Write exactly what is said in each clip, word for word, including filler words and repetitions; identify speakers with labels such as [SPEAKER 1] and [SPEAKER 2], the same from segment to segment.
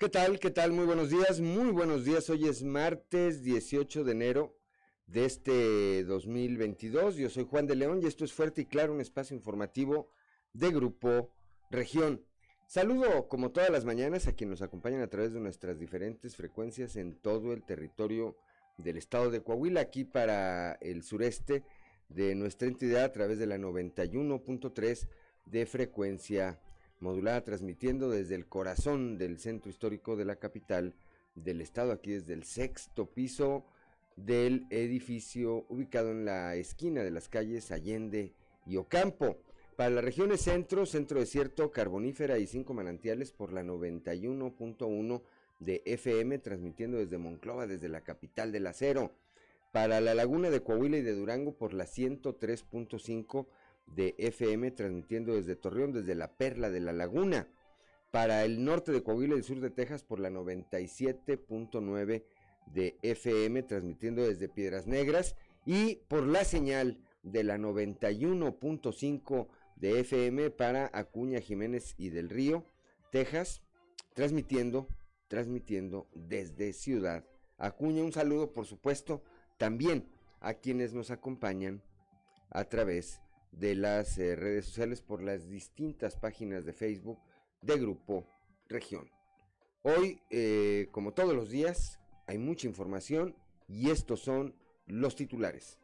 [SPEAKER 1] ¿qué tal? ¿Qué tal? Muy buenos días, muy buenos días. Hoy es martes dieciocho de enero de este dos mil veintidós. Yo soy Juan de León y esto es Fuerte y Claro, un espacio informativo de Grupo Región. Saludo como todas las mañanas a quienes nos acompañan a través de nuestras diferentes frecuencias en todo el territorio del estado de Coahuila, aquí para el sureste de nuestra entidad a través de la noventa y uno punto tres de frecuencia modulada, transmitiendo desde el corazón del centro histórico de la capital del estado, aquí desde el sexto piso del edificio ubicado en la esquina de las calles Allende y Ocampo. Para las regiones centro, centro desierto, carbonífera y cinco manantiales por la noventa y uno punto uno de F M, transmitiendo desde Monclova, desde la capital del acero. Para la laguna de Coahuila y de Durango por la ciento tres punto cinco de F M, transmitiendo desde Torreón, desde la Perla de la Laguna. Para el norte de Coahuila y el sur de Texas por la noventa y siete punto nueve de F M, transmitiendo desde Piedras Negras, y por la señal de la noventa y uno punto cinco de F M para Acuña, Jiménez y del Río, Texas, transmitiendo, transmitiendo desde Ciudad Acuña. Un saludo, por supuesto, también a quienes nos acompañan a través de las eh, redes sociales por las distintas páginas de Facebook de Grupo Región. Hoy, eh, como todos los días, hay mucha información y estos son los titulares.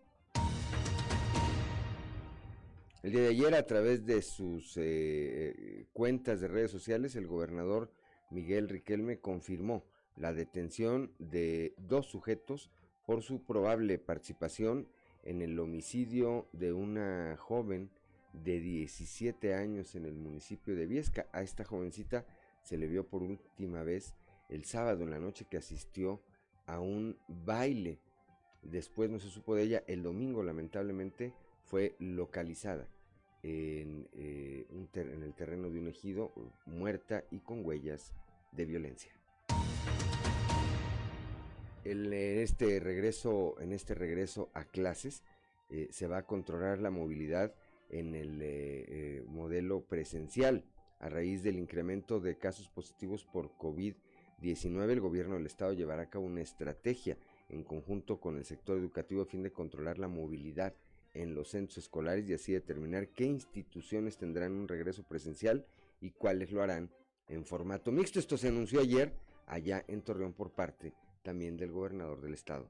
[SPEAKER 1] El día de ayer, a través de sus eh, cuentas de redes sociales, el gobernador Miguel Riquelme confirmó la detención de dos sujetos por su probable participación en el homicidio de una joven de diecisiete años en el municipio de Viesca. A esta jovencita se le vio por última vez el sábado en la noche, que asistió a un baile. Después no se supo de ella. El domingo, lamentablemente, fue localizada en, eh, un ter- en el terreno de un ejido, muerta y con huellas de violencia. El, en este regreso, en este regreso a clases, eh, se va a controlar la movilidad en el eh, eh, modelo presencial. A raíz del incremento de casos positivos por COVID diecinueve, el gobierno del estado llevará a cabo una estrategia en conjunto con el sector educativo a fin de controlar la movilidad en los centros escolares y así determinar qué instituciones tendrán un regreso presencial y cuáles lo harán en formato mixto. Esto se anunció ayer allá en Torreón por parte también del gobernador del estado.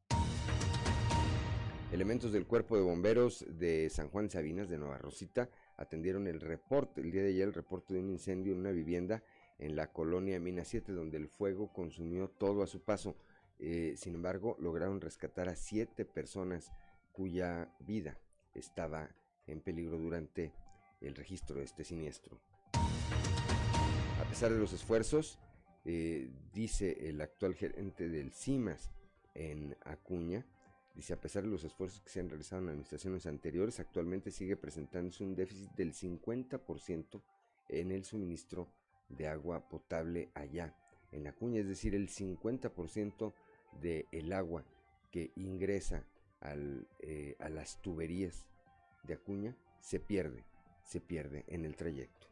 [SPEAKER 1] Elementos del Cuerpo de Bomberos de San Juan Sabinas de Nueva Rosita atendieron el reporte, el día de ayer, el reporte de un incendio en una vivienda en la colonia Mina siete, donde el fuego consumió todo a su paso. Eh, sin embargo, lograron rescatar a siete personas cuya vida estaba en peligro durante el registro de este siniestro. A pesar de los esfuerzos, eh, dice el actual gerente del CIMAS en Acuña, dice, a pesar de los esfuerzos que se han realizado en administraciones anteriores, actualmente sigue presentándose un déficit del cincuenta por ciento en el suministro de agua potable allá en Acuña, es decir, el cincuenta por ciento del agua que ingresa al, eh, a las tuberías de Acuña se pierde, se pierde en el trayecto.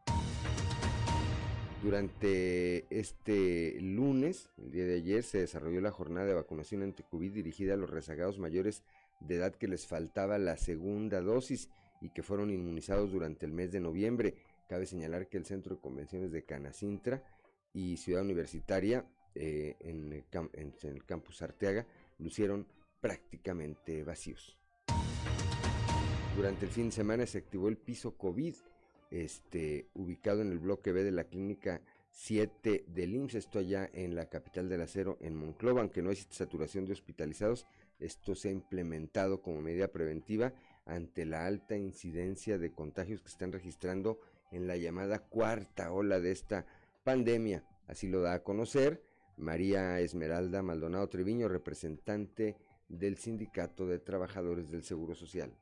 [SPEAKER 1] Durante este lunes, el día de ayer, se desarrolló la jornada de vacunación anti-COVID dirigida a los rezagados mayores de edad que les faltaba la segunda dosis y que fueron inmunizados durante el mes de noviembre. Cabe señalar que el Centro de Convenciones de Canacintra y Ciudad Universitaria eh, en, el en el campus Arteaga lucieron prácticamente vacíos. Durante el fin de semana se activó el piso COVID, este, ubicado en el bloque B de la clínica siete del I M S S, esto allá en la capital del acero, en Monclova. Aunque no existe saturación de hospitalizados, esto se ha implementado como medida preventiva ante la alta incidencia de contagios que están registrando en la llamada cuarta ola de esta pandemia. Así lo da a conocer María Esmeralda Maldonado Treviño, representante del Sindicato de Trabajadores del Seguro Social.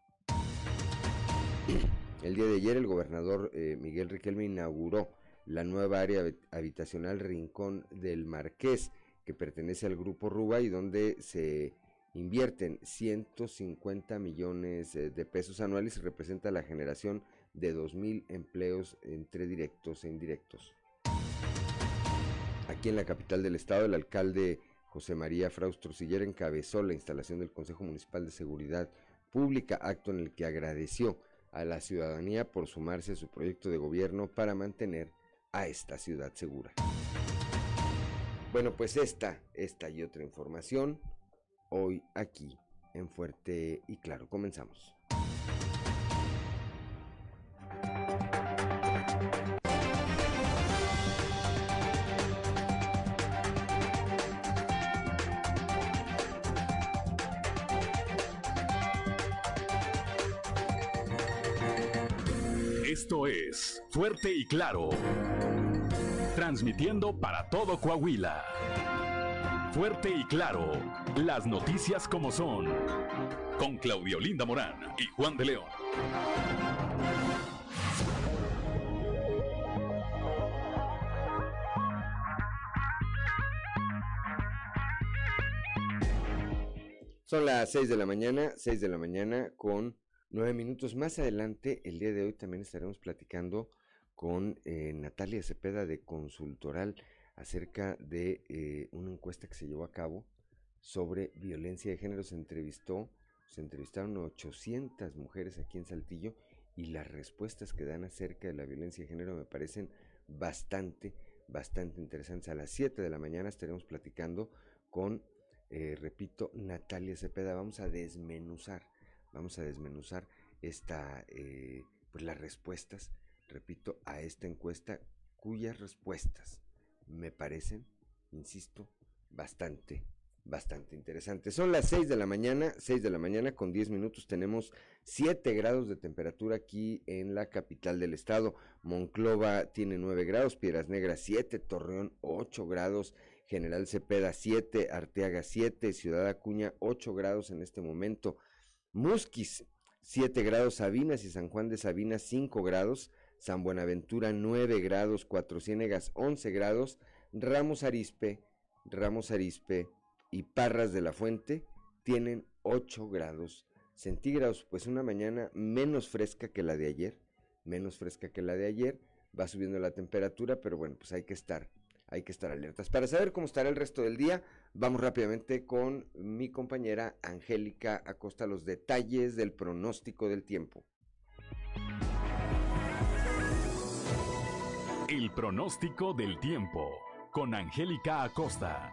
[SPEAKER 1] El día de ayer el gobernador eh, Miguel Riquelme inauguró la nueva área habitacional Rincón del Marqués, que pertenece al Grupo Ruba y donde se invierten ciento cincuenta millones eh, de pesos anuales y representa la generación de dos mil empleos entre directos e indirectos. aquí en la capital del estado. El alcalde José María Fraustro Siller encabezó la instalación del Consejo Municipal de Seguridad Pública, acto en el que agradeció a la ciudadanía por sumarse a su proyecto de gobierno para mantener a esta ciudad segura. Bueno, pues esta, esta y otra información hoy aquí en Fuerte y Claro. Comenzamos.
[SPEAKER 2] Esto es Fuerte y Claro, transmitiendo para todo Coahuila. Fuerte y Claro, las noticias como son, con Claudia Olinda Morán y Juan de León.
[SPEAKER 1] Son las seis de la mañana, seis de la mañana con nueve minutos. Más adelante, el día de hoy, también estaremos platicando con eh, Natalia Cepeda de Consultoral acerca de eh, una encuesta que se llevó a cabo sobre violencia de género. Se entrevistó, se entrevistaron ochocientas mujeres aquí en Saltillo y las respuestas que dan acerca de la violencia de género me parecen bastante, bastante interesantes. A las siete de la mañana estaremos platicando con, eh, repito, Natalia Cepeda. Vamos a desmenuzar Vamos a desmenuzar esta, eh, pues las respuestas, repito, a esta encuesta, cuyas respuestas me parecen, insisto, bastante, bastante interesantes. Son las seis de la mañana, seis de la mañana con diez minutos, tenemos siete grados de temperatura aquí en la capital del estado. Monclova tiene nueve grados, Piedras Negras siete, Torreón ocho grados, General Cepeda siete, Arteaga siete, Ciudad Acuña ocho grados en este momento. Musquis, siete grados, Sabinas y San Juan de Sabinas, cinco grados, San Buenaventura, nueve grados, Cuatro Ciénegas, once grados, Ramos Arizpe, Ramos Arizpe y Parras de la Fuente tienen ocho grados centígrados. Pues una mañana menos fresca que la de ayer, menos fresca que la de ayer, va subiendo la temperatura, pero bueno, pues hay que estar, hay que estar alertas. Para saber cómo estará el resto del día, vamos rápidamente con mi compañera Angélica Acosta, los detalles del pronóstico del tiempo.
[SPEAKER 2] El pronóstico del tiempo, con Angélica Acosta.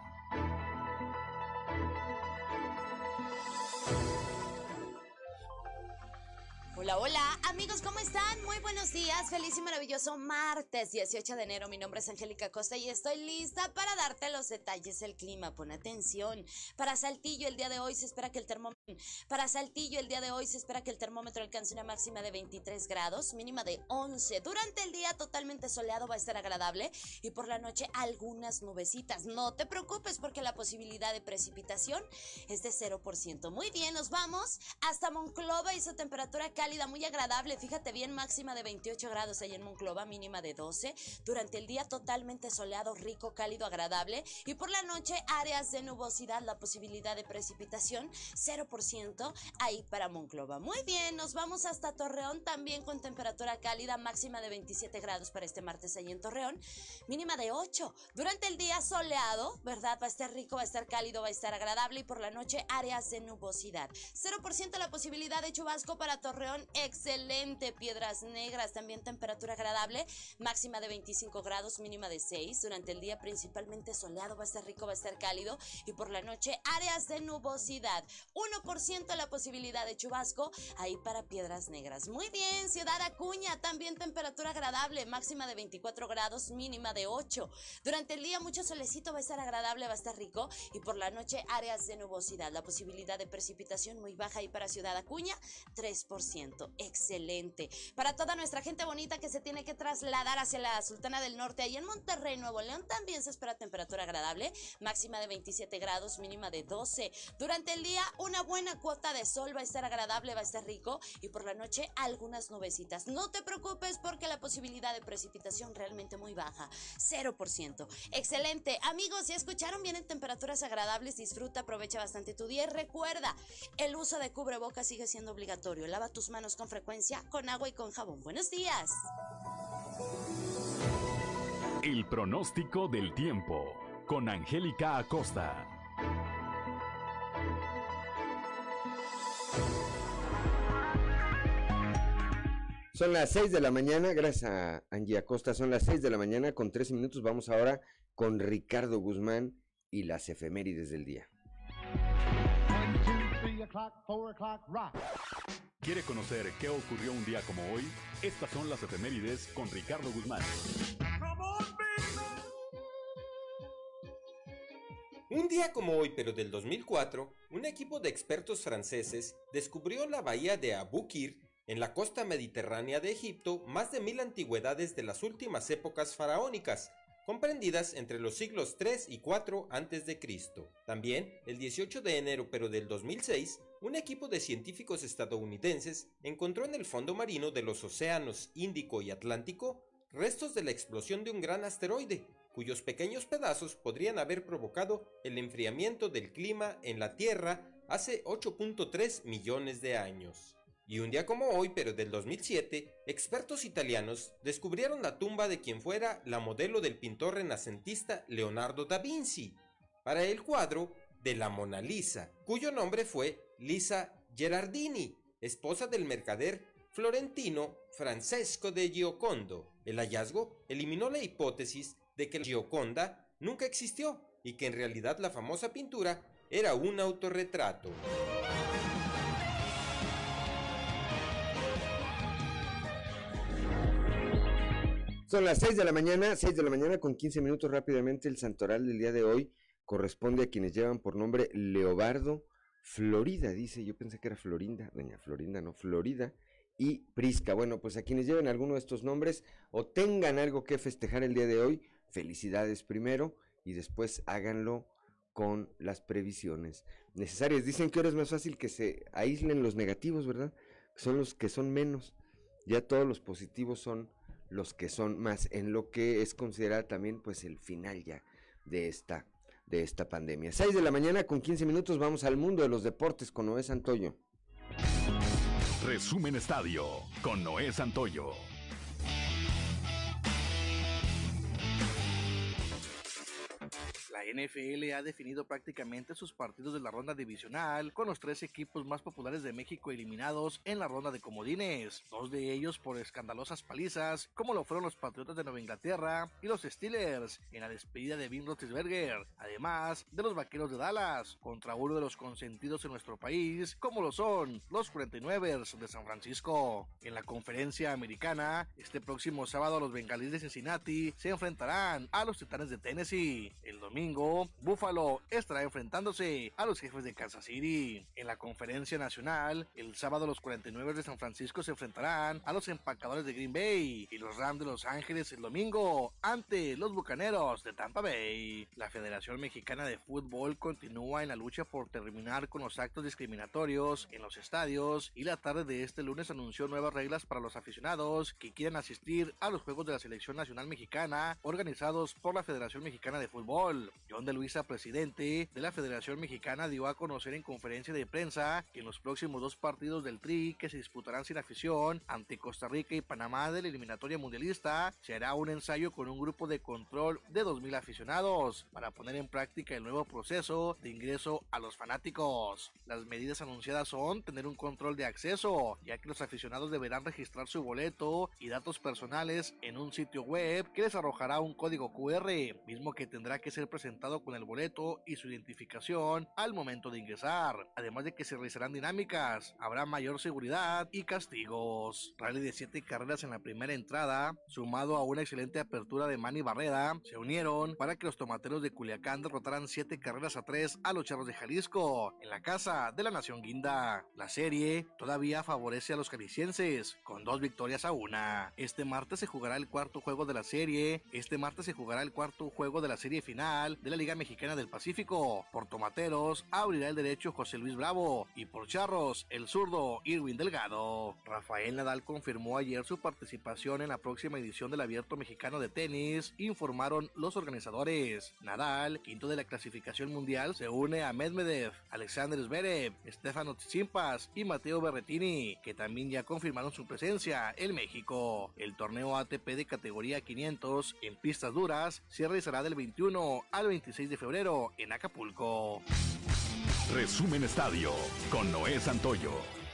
[SPEAKER 3] Hola, hola, amigos, ¿cómo están? Muy buenos días, feliz y maravilloso martes dieciocho de enero. Mi nombre es Angélica Costa y estoy lista para darte los detalles del clima. Pon atención. Para Saltillo el día de hoy se espera que el termómetro Para Saltillo el día de hoy se espera que el termómetro alcance una máxima de veintitrés grados, mínima de once. Durante el día totalmente soleado, va a estar agradable y por la noche algunas nubecitas. No te preocupes porque la posibilidad de precipitación es de cero por ciento. Muy bien, nos vamos hasta Monclova y su temperatura cálida, muy agradable. Fíjate bien, máxima de veintiocho grados ahí en Monclova, mínima de doce. Durante el día totalmente soleado, rico, cálido, agradable. Y por la noche áreas de nubosidad, la posibilidad de precipitación cero por ciento ahí para Monclova. Muy bien, nos vamos hasta Torreón también con temperatura cálida, máxima de veintisiete grados para este martes ahí en Torreón, mínima de ocho. Durante el día soleado, ¿verdad? Va a estar rico, va a estar cálido, va a estar agradable y por la noche áreas de nubosidad. cero por ciento la posibilidad de chubasco para Torreón, excelente. Piedras Negras también temperatura agradable, máxima de veinticinco grados, mínima de seis. Durante el día principalmente soleado, va a estar rico, va a estar cálido y por la noche áreas de nubosidad. uno por ciento la posibilidad de chubasco ahí para Piedras Negras. Muy bien, Ciudad Acuña también temperatura agradable, máxima de veinticuatro grados, mínima de ocho. Durante el día mucho solecito, va a estar agradable, va a estar rico y por la noche áreas de nubosidad. La posibilidad de precipitación muy baja ahí para Ciudad Acuña, tres por ciento. Excelente. Para toda nuestra gente bonita que se tiene que trasladar hacia la Sultana del Norte, ahí en Monterrey, Nuevo León, también se espera temperatura agradable, máxima de veintisiete grados, mínima de doce. Durante el día una buena cuota de sol, va a estar agradable, va a estar rico y por la noche algunas nubecitas. No te preocupes porque la posibilidad de precipitación realmente muy baja, cero por ciento. Excelente. Amigos, ya escucharon, vienen temperaturas agradables, disfruta, aprovecha bastante tu día y recuerda, el uso de cubrebocas sigue siendo obligatorio. Lava tus manos con frecuencia con agua y con jabón. Buenos días.
[SPEAKER 2] El pronóstico del tiempo con Angélica Acosta.
[SPEAKER 1] Son las seis de la mañana, gracias a Angie Acosta, son las seis de la mañana con trece minutos. Vamos ahora con Ricardo Guzmán y las efemérides del día.
[SPEAKER 2] ¿Quiere conocer qué ocurrió un día como hoy? Estas son las efemérides con Ricardo Guzmán.
[SPEAKER 4] Un día como hoy, pero del dos mil cuatro, un equipo de expertos franceses descubrió la bahía de Abu Qir en la costa mediterránea de Egipto, más de mil antigüedades de las últimas épocas faraónicas, comprendidas entre los siglos tres y cuatro antes de Cristo. También, el dieciocho de enero pero del dos mil seis, un equipo de científicos estadounidenses encontró en el fondo marino de los océanos Índico y Atlántico restos de la explosión de un gran asteroide, cuyos pequeños pedazos podrían haber provocado el enfriamiento del clima en la Tierra hace ocho punto tres millones de años. Y un día como hoy, pero del dos mil siete, expertos italianos descubrieron la tumba de quien fuera la modelo del pintor renacentista Leonardo da Vinci, para el cuadro de la Mona Lisa, cuyo nombre fue Lisa Gherardini, esposa del mercader florentino Francesco de Giocondo. El hallazgo eliminó la hipótesis de que Gioconda nunca existió y que en realidad la famosa pintura era un autorretrato.
[SPEAKER 1] Son las seis de la mañana, seis de la mañana con quince minutos. Rápidamente, el santoral del día de hoy corresponde a quienes llevan por nombre Leobardo, Florida, dice, yo pensé que era Florinda, doña Florinda, no, Florida, y Prisca. Bueno, pues a quienes lleven alguno de estos nombres o tengan algo que festejar el día de hoy, felicidades primero y después háganlo con las previsiones necesarias. Dicen que ahora es más fácil que se aíslen los negativos, ¿verdad? Son los que son menos, ya todos los positivos son los que son más, en lo que es considerada también pues el final ya de esta, de esta pandemia. seis de la mañana con quince minutos, vamos al mundo de los deportes con Noé Santoyo.
[SPEAKER 2] Resumen Estadio con Noé Santoyo.
[SPEAKER 5] La N F L ha definido prácticamente sus partidos de la ronda divisional, con los tres equipos más populares de México eliminados en la ronda de comodines, dos de ellos por escandalosas palizas, como lo fueron los Patriotas de Nueva Inglaterra y los Steelers en la despedida de Ben Roethlisberger, además de los Vaqueros de Dallas contra uno de los consentidos en nuestro país, como lo son los cuarenta y nueve ers de San Francisco. En la conferencia americana, este próximo sábado los Bengalíes de Cincinnati se enfrentarán a los Titanes de Tennessee. El domingo, Buffalo estará enfrentándose a los Jefes de Kansas City. En la conferencia nacional, el sábado los cuarenta y nueve de San Francisco se enfrentarán a los Empacadores de Green Bay y los Rams de Los Ángeles el domingo ante los Bucaneros de Tampa Bay. La Federación Mexicana de Fútbol continúa en la lucha por terminar con los actos discriminatorios en los estadios y la tarde de este lunes anunció nuevas reglas para los aficionados que quieran asistir a los juegos de la Selección Nacional Mexicana organizados por la Federación Mexicana de Fútbol. John de Luisa, presidente de la Federación Mexicana, dio a conocer en conferencia de prensa que en los próximos dos partidos del Tri, que se disputarán sin afición ante Costa Rica y Panamá de la eliminatoria mundialista, se hará un ensayo con un grupo de control de dos mil aficionados para poner en práctica el nuevo proceso de ingreso a los fanáticos. Las medidas anunciadas son tener un control de acceso, ya que los aficionados deberán registrar su boleto y datos personales en un sitio web que les arrojará un código cu erre, mismo que tendrá que ser presentado con el boleto y su identificación al momento de ingresar, además de que se realizarán dinámicas, habrá mayor seguridad y castigos. Rally de siete carreras en la primera entrada, sumado a una excelente apertura de Manny Barrera, se unieron para que los tomateros de Culiacán derrotaran siete carreras a tres a los Charros de Jalisco, en la casa de la Nación Guinda. La serie todavía favorece a los jaliscienses, con dos victorias a una. Este martes se jugará el cuarto juego de la serie, este martes se jugará el cuarto juego de la serie final de la Liga Mexicana del Pacífico. Por tomateros abrirá el derecho José Luis Bravo y por charros el zurdo Irwin Delgado. Rafael Nadal confirmó ayer su participación en la próxima edición del Abierto Mexicano de Tenis, informaron los organizadores. Nadal, quinto de la clasificación mundial, se une a Medvedev, Alexander Zverev, Stefanos Tsitsipas y Matteo Berrettini, que también ya confirmaron su presencia en México. El torneo A T P de categoría quinientos en pistas duras se realizará del veintiuno al veintiséis de febrero en Acapulco.
[SPEAKER 2] Resumen Estadio con Noé Santoyo.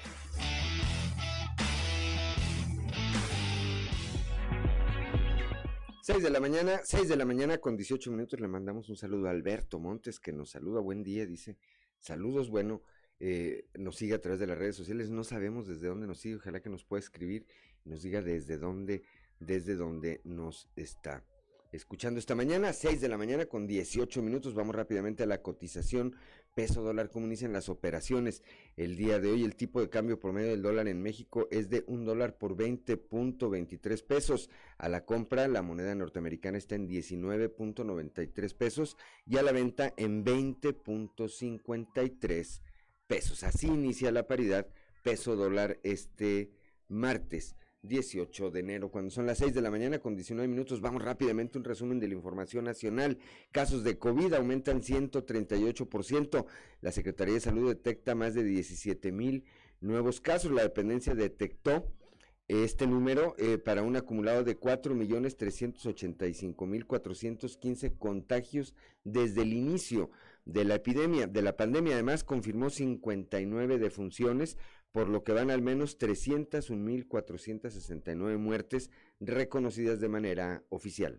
[SPEAKER 1] seis de la mañana, seis de la mañana con dieciocho minutos. Le mandamos un saludo a Alberto Montes, que nos saluda, buen día, dice, saludos, bueno, eh, nos sigue a través de las redes sociales, no sabemos desde dónde nos sigue, ojalá que nos pueda escribir y nos diga desde dónde, desde dónde nos está escuchando esta mañana. Seis de la mañana con dieciocho minutos, vamos rápidamente a la cotización peso dólar. ¿Cómo inician las operaciones el día de hoy? El tipo de cambio promedio del dólar en México es de un dólar por veinte punto veintitrés pesos. A la compra, la moneda norteamericana está en diecinueve punto noventa y tres pesos y a la venta en veinte punto cincuenta y tres pesos. Así inicia la paridad peso dólar este martes dieciocho de enero, cuando son las seis de la mañana con diecinueve minutos. Vamos rápidamente a un resumen de la información nacional. Casos de COVID aumentan ciento treinta y ocho por ciento. La Secretaría de Salud detecta más de diecisiete mil nuevos casos. La dependencia detectó este número eh, para un acumulado de cuatro millones trescientos ochenta y cinco mil cuatrocientos quince contagios desde el inicio de la epidemia, de la pandemia. Además, confirmó cincuenta y nueve defunciones, por lo que van al menos trescientos un mil cuatrocientos sesenta y nueve muertes reconocidas de manera oficial.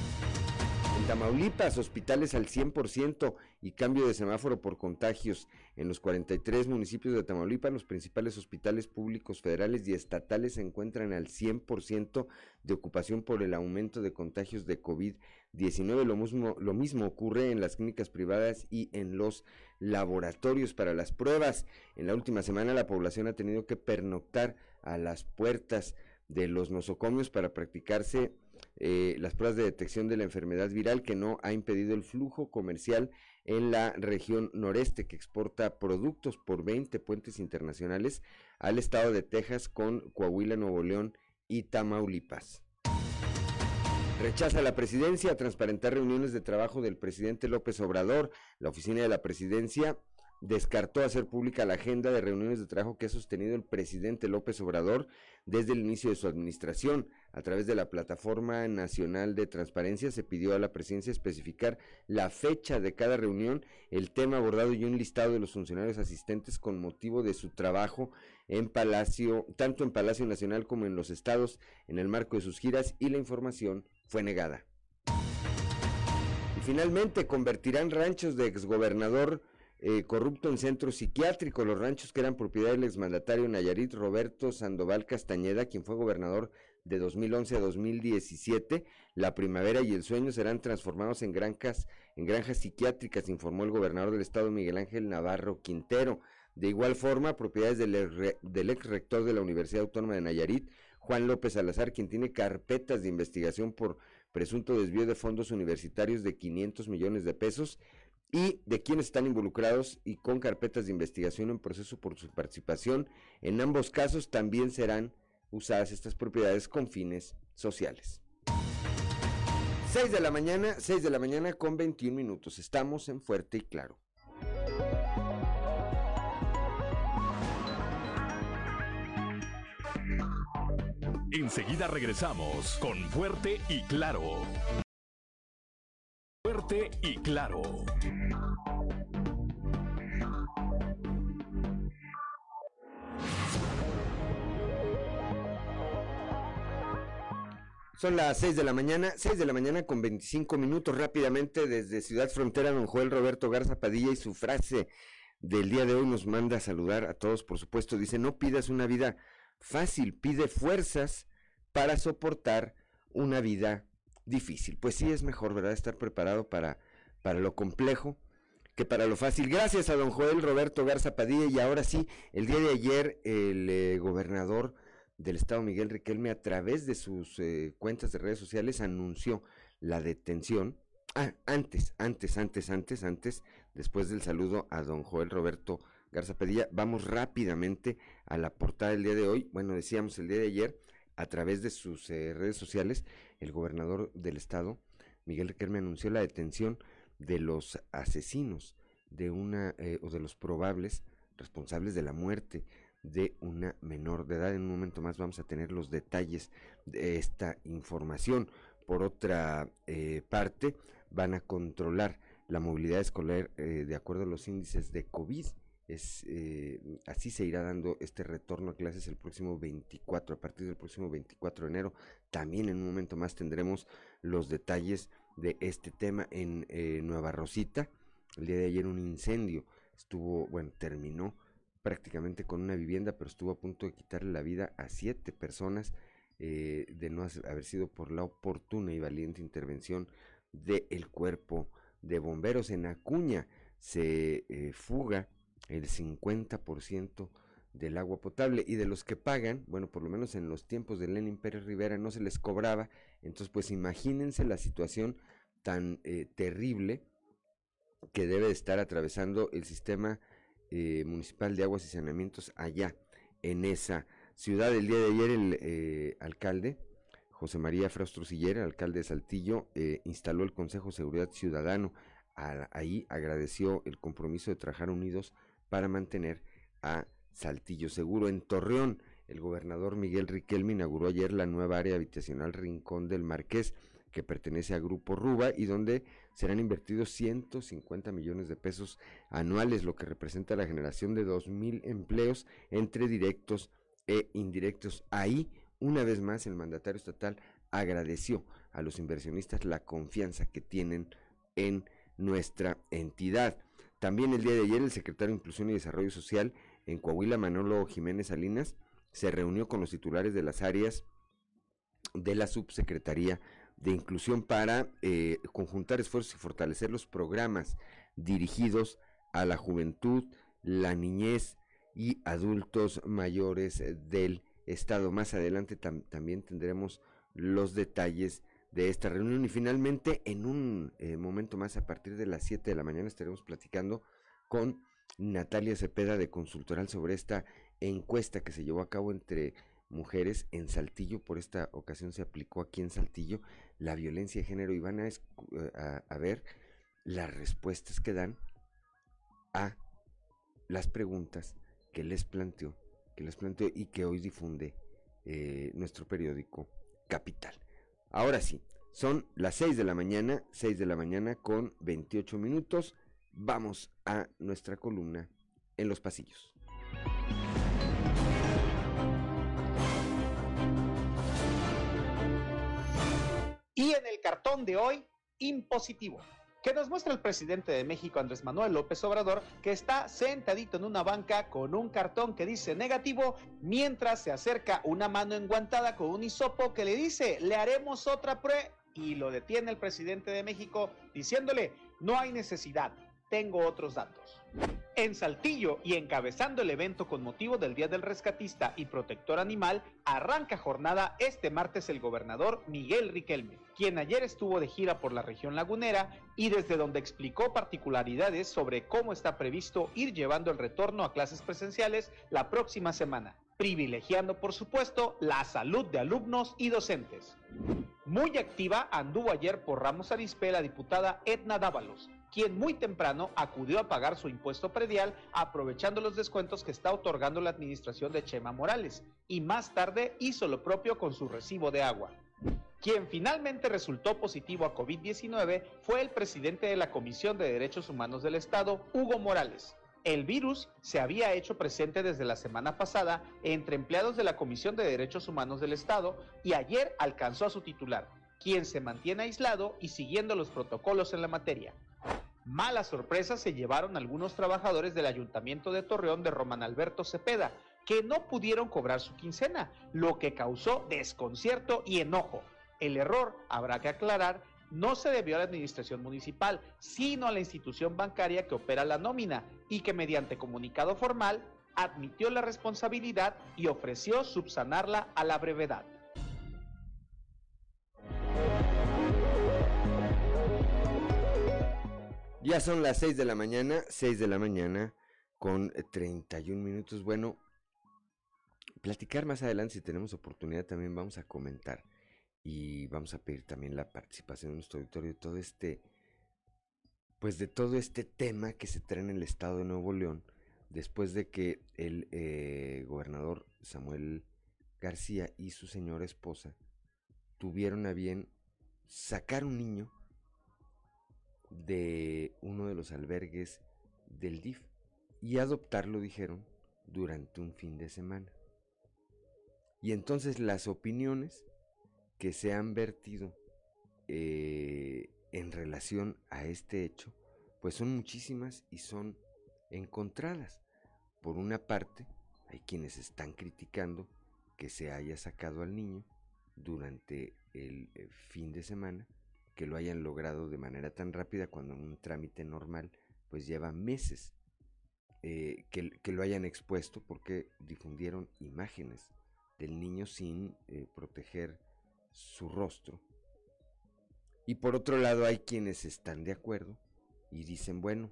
[SPEAKER 1] En Tamaulipas, hospitales al cien por ciento y cambio de semáforo por contagios. En los cuarenta y tres municipios de Tamaulipas, los principales hospitales públicos federales y estatales se encuentran al cien por ciento de ocupación por el aumento de contagios de COVID diecinueve. Lo mismo, lo mismo ocurre en las clínicas privadas y en los laboratorios para las pruebas. En la última semana, la población ha tenido que pernoctar a las puertas de los nosocomios para practicarse eh, las pruebas de detección de la enfermedad viral, que no ha impedido el flujo comercial en la región noreste, que exporta productos por veinte puentes internacionales al estado de Texas con Coahuila, Nuevo León y Tamaulipas. Rechaza la presidencia transparentar reuniones de trabajo del presidente López Obrador. La oficina de la presidencia descartó hacer pública la agenda de reuniones de trabajo que ha sostenido el presidente López Obrador desde el inicio de su administración. A través de la Plataforma Nacional de Transparencia se pidió a la presidencia especificar la fecha de cada reunión, el tema abordado y un listado de los funcionarios asistentes con motivo de su trabajo en Palacio, tanto en Palacio Nacional como en los estados, en el marco de sus giras, y la información fue negada. Y finalmente, convertirán ranchos de exgobernador Eh, corrupto en centro psiquiátrico. Los ranchos que eran propiedad del exmandatario Nayarit Roberto Sandoval Castañeda, quien fue gobernador de dos mil once a dos mil diecisiete, La Primavera y El Sueño, serán transformados en granjas, en granjas psiquiátricas, informó el gobernador del estado Miguel Ángel Navarro Quintero. De igual forma, propiedades del, ex, del ex rector de la Universidad Autónoma de Nayarit, Juan López Salazar, quien tiene carpetas de investigación por presunto desvío de fondos universitarios de quinientos millones de pesos, y de quienes están involucrados y con carpetas de investigación en proceso por su participación. En ambos casos también serán usadas estas propiedades con fines sociales. seis de la mañana, seis de la mañana con veintiún minutos. Estamos en Fuerte y Claro.
[SPEAKER 2] Enseguida regresamos con Fuerte y Claro. Fuerte y Claro.
[SPEAKER 1] Son las seis de la mañana, seis de la mañana con veinticinco minutos. Rápidamente desde Ciudad Frontera, don Joel Roberto Garza Padilla, y su frase del día de hoy nos manda a saludar a todos, por supuesto. Dice: no pidas una vida fácil, pide fuerzas para soportar una vida difícil. Pues sí, es mejor, ¿verdad?, estar preparado para, para lo complejo que para lo fácil. Gracias a don Joel Roberto Garza Padilla. Y ahora sí, el día de ayer el eh, gobernador del estado, Miguel Riquelme, a través de sus eh, cuentas de redes sociales, anunció la detención Ah, antes, antes, antes, antes, antes, después del saludo a don Joel Roberto Garza Padilla, vamos rápidamente a la portada del día de hoy. Bueno, decíamos el día de ayer, a través de sus eh, redes sociales, el gobernador del estado, Miguel Riquelme, anunció la detención de los asesinos de una, eh, o de los probables responsables de la muerte de una menor de edad. En un momento más vamos a tener los detalles de esta información. Por otra eh, parte, van a controlar la movilidad escolar eh, de acuerdo a los índices de COVID. Es, eh, así se irá dando este retorno a clases el próximo veinticuatro, a partir del próximo veinticuatro de enero. También en un momento más tendremos los detalles de este tema en eh, Nueva Rosita. El día de ayer un incendio estuvo, bueno, terminó prácticamente con una vivienda, pero estuvo a punto de quitarle la vida a siete personas eh, de no haber sido por la oportuna y valiente intervención del cuerpo de bomberos. En Acuña se eh, fuga el cincuenta por ciento del agua potable, y de los que pagan, bueno, por lo menos en los tiempos de Lenín Pérez Rivera no se les cobraba. Entonces, pues imagínense la situación tan eh, terrible que debe estar atravesando el sistema eh, municipal de aguas y saneamientos allá en esa ciudad. El día de ayer el eh, alcalde José María Fraustro Siller, alcalde de Saltillo, eh, instaló el Consejo de Seguridad Ciudadano. A, ahí agradeció el compromiso de trabajar unidos para mantener a Saltillo seguro. En Torreón, el gobernador Miguel Riquelme inauguró ayer la nueva área habitacional Rincón del Marqués, que pertenece a Grupo Ruba, y donde serán invertidos ciento cincuenta millones de pesos anuales, lo que representa la generación de dos mil empleos entre directos e indirectos. Ahí, una vez más, el mandatario estatal agradeció a los inversionistas la confianza que tienen en nuestra entidad. También el día de ayer el secretario de Inclusión y Desarrollo Social en Coahuila, Manolo Jiménez Salinas, se reunió con los titulares de las áreas de la Subsecretaría de Inclusión para eh, conjuntar esfuerzos y fortalecer los programas dirigidos a la juventud, la niñez y adultos mayores del estado. Más adelante tam también tendremos los detalles de esta reunión, y finalmente en un eh, momento más, a partir de las siete de la mañana, estaremos platicando con Natalia Cepeda de Consultoral sobre esta encuesta que se llevó a cabo entre mujeres en Saltillo. Por esta ocasión se aplicó aquí en Saltillo la violencia de género, y van a, a, a ver las respuestas que dan a las preguntas que les planteó, que les planteó y que hoy difunde eh, nuestro periódico Capital. Ahora sí, son las seis de la mañana, seis de la mañana con veintiocho minutos. Vamos a nuestra columna En los Pasillos.
[SPEAKER 6] Y en el cartón de hoy, impositivo, que nos muestra el presidente de México, Andrés Manuel López Obrador, que está sentadito en una banca con un cartón que dice negativo, mientras se acerca una mano enguantada con un hisopo que le dice, le haremos otra prueba, y lo detiene el presidente de México diciéndole, no hay necesidad, tengo otros datos. En Saltillo, y encabezando el evento con motivo del Día del Rescatista y Protector Animal, arranca jornada este martes el gobernador Miguel Riquelme, quien ayer estuvo de gira por la región lagunera y desde donde explicó particularidades sobre cómo está previsto ir llevando el retorno a clases presenciales la próxima semana, privilegiando por supuesto la salud de alumnos y docentes. Muy activa anduvo ayer por Ramos Arizpe la diputada Edna Dávalos, quien muy temprano acudió a pagar su impuesto predial aprovechando los descuentos que está otorgando la administración de Chema Morales, y más tarde hizo lo propio con su recibo de agua. Quien finalmente resultó positivo a COVID diecinueve fue el presidente de la Comisión de Derechos Humanos del Estado, Hugo Morales. El virus se había hecho presente desde la semana pasada entre empleados de la Comisión de Derechos Humanos del Estado y ayer alcanzó a su titular, quien se mantiene aislado y siguiendo los protocolos en la materia. Mala sorpresa se llevaron algunos trabajadores del Ayuntamiento de Torreón de Román Alberto Cepeda, que no pudieron cobrar su quincena, lo que causó desconcierto y enojo. El error, habrá que aclarar, no se debió a la administración municipal, sino a la institución bancaria que opera la nómina y que mediante comunicado formal admitió la responsabilidad y ofreció subsanarla a la brevedad.
[SPEAKER 1] Ya son las seis de la mañana, seis de la mañana con treinta y un minutos. Bueno, platicar más adelante si tenemos oportunidad también vamos a comentar y vamos a pedir también la participación de nuestro auditorio de todo este, pues de todo este tema que se trae en el estado de Nuevo León después de que el eh, gobernador Samuel García y su señora esposa tuvieron a bien sacar un niño de uno de los albergues del D I F y adoptarlo, dijeron, durante un fin de semana. Y entonces las opiniones que se han vertido eh, en relación a este hecho, pues son muchísimas y son encontradas. Por una parte, hay quienes están criticando que se haya sacado al niño durante el eh, fin de semana, que lo hayan logrado de manera tan rápida cuando un trámite normal pues lleva meses, eh, que, que lo hayan expuesto porque difundieron imágenes del niño sin eh, proteger su rostro. Y por otro lado hay quienes están de acuerdo y dicen, bueno,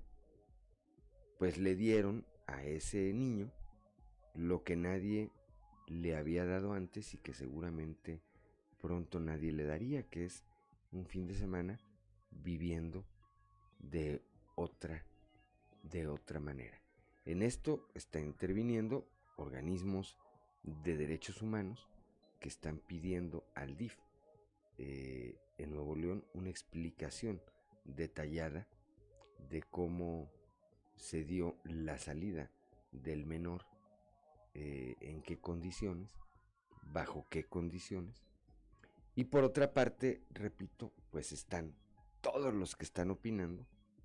[SPEAKER 1] pues le dieron a ese niño lo que nadie le había dado antes y que seguramente pronto nadie le daría, que es un fin de semana viviendo de otra, de otra manera. En esto están interviniendo organismos de derechos humanos que están pidiendo al D I F eh, en Nuevo León una explicación detallada de cómo se dio la salida del menor, eh, en qué condiciones, bajo qué condiciones. Y por otra parte, repito, pues están todos los que están opinando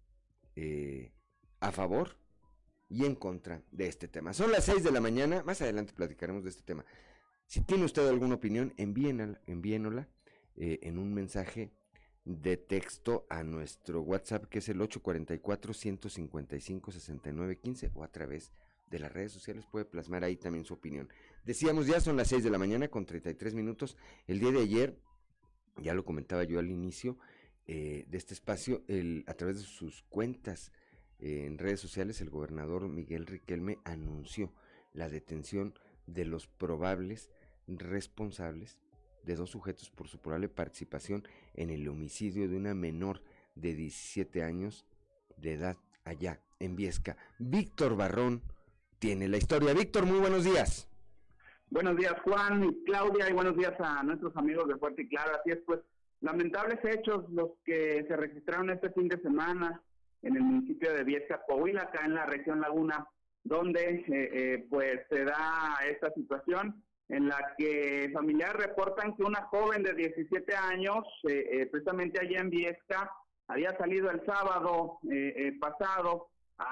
[SPEAKER 1] eh, a favor y en contra de este tema. Son las seis de la mañana, más adelante platicaremos de este tema. Si tiene usted alguna opinión, envíenla, envíenla eh, en un mensaje de texto a nuestro WhatsApp, que es el ocho cuatro cuatro, uno cinco cinco, seis nueve uno cinco, o a través de las redes sociales puede plasmar ahí también su opinión. Decíamos, ya son las seis de la mañana con treinta y tres minutos. El día de ayer, ya lo comentaba yo al inicio eh, de este espacio, el, a través de sus cuentas eh, en redes sociales, el gobernador Miguel Riquelme anunció la detención de los probables responsables de dos sujetos por su probable participación en el homicidio de una menor de diecisiete años de edad allá en Viesca. Víctor Barrón tiene la historia. Víctor, muy buenos días.
[SPEAKER 7] Buenos días, Juan y Claudia, y buenos días a nuestros amigos de Fuerte y Claro. Así es, pues, lamentables hechos los que se registraron este fin de semana en el municipio de Viesca, Coahuila, acá en la región Laguna, donde eh, eh, pues se da esta situación en la que familiares reportan que una joven de diecisiete años, eh, eh, precisamente allá en Viesca, había salido el sábado eh, eh, pasado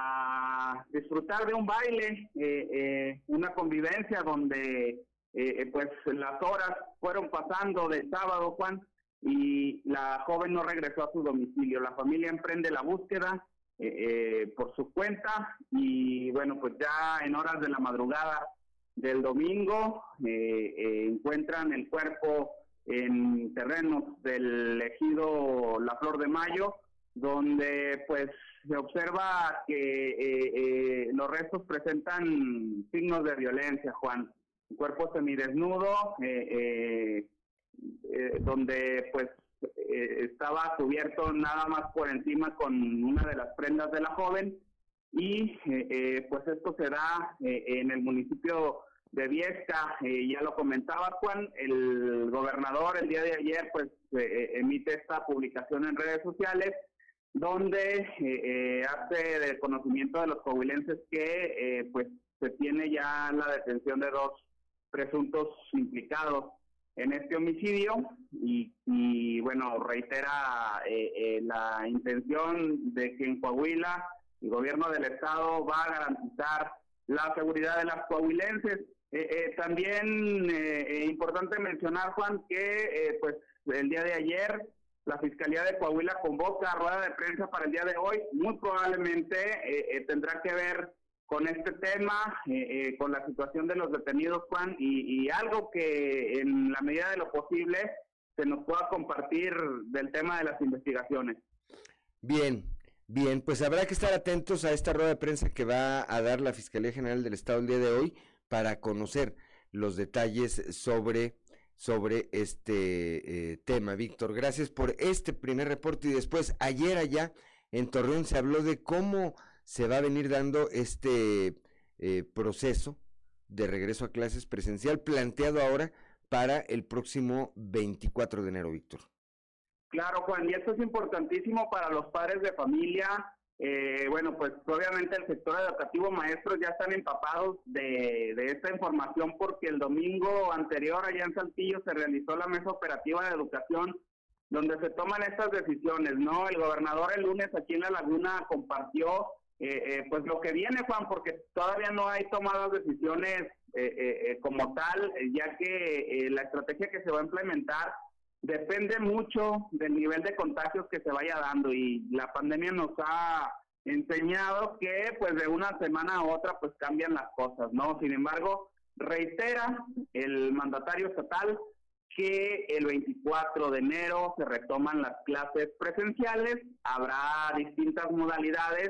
[SPEAKER 7] a disfrutar de un baile, eh, eh, una convivencia donde eh, pues las horas fueron pasando del sábado, Juan, y la joven no regresó a su domicilio. La familia emprende la búsqueda eh, eh, por su cuenta y bueno, pues ya en horas de la madrugada del domingo eh, eh, encuentran el cuerpo en terrenos del ejido La Flor de Mayo, donde pues se observa que eh, eh, los restos presentan signos de violencia, Juan. Un cuerpo semidesnudo, eh, eh, eh, donde pues eh, estaba cubierto nada más por encima con una de las prendas de la joven, y eh, eh, pues esto se da eh, en el municipio de Viesca. Eh, ya lo comentaba Juan, el gobernador el día de ayer pues eh, emite esta publicación en redes sociales, donde eh, eh, hace del conocimiento de los coahuilenses que eh, pues se tiene ya la detención de dos presuntos implicados en este homicidio y, y bueno, reitera eh, eh, la intención de que en Coahuila el gobierno del estado va a garantizar la seguridad de las coahuilenses. Eh, eh, también es eh, importante mencionar, Juan, que eh, pues el día de ayer la Fiscalía de Coahuila convoca rueda de prensa para el día de hoy. Muy probablemente eh, eh, tendrá que ver con este tema, eh, eh, con la situación de los detenidos, Juan, y, y algo que en la medida de lo posible se nos pueda compartir del tema de las investigaciones.
[SPEAKER 1] Bien, Bien, pues habrá que estar atentos a esta rueda de prensa que va a dar la Fiscalía General del Estado el día de hoy para conocer los detalles sobre, sobre este eh, tema. Víctor, gracias por este primer reporte. Y después, ayer allá en Torreón se habló de cómo se va a venir dando este eh, proceso de regreso a clases presencial planteado ahora para el próximo veinticuatro de enero, Víctor.
[SPEAKER 7] Claro, Juan, y esto es importantísimo para los padres de familia. Eh, bueno, pues obviamente el sector educativo, maestros ya están empapados de, de esta información porque el domingo anterior allá en Saltillo se realizó la mesa operativa de educación donde se toman estas decisiones, ¿no? El gobernador el lunes aquí en La Laguna compartió eh, eh, pues lo que viene, Juan, porque todavía no hay tomadas decisiones eh, eh, como tal, ya que eh, la estrategia que se va a implementar depende mucho del nivel de contagios que se vaya dando y la pandemia nos ha enseñado que pues de una semana a otra pues cambian las cosas, ¿no? Sin embargo, reitera el mandatario estatal que el veinticuatro de enero se retoman las clases presenciales, habrá distintas modalidades,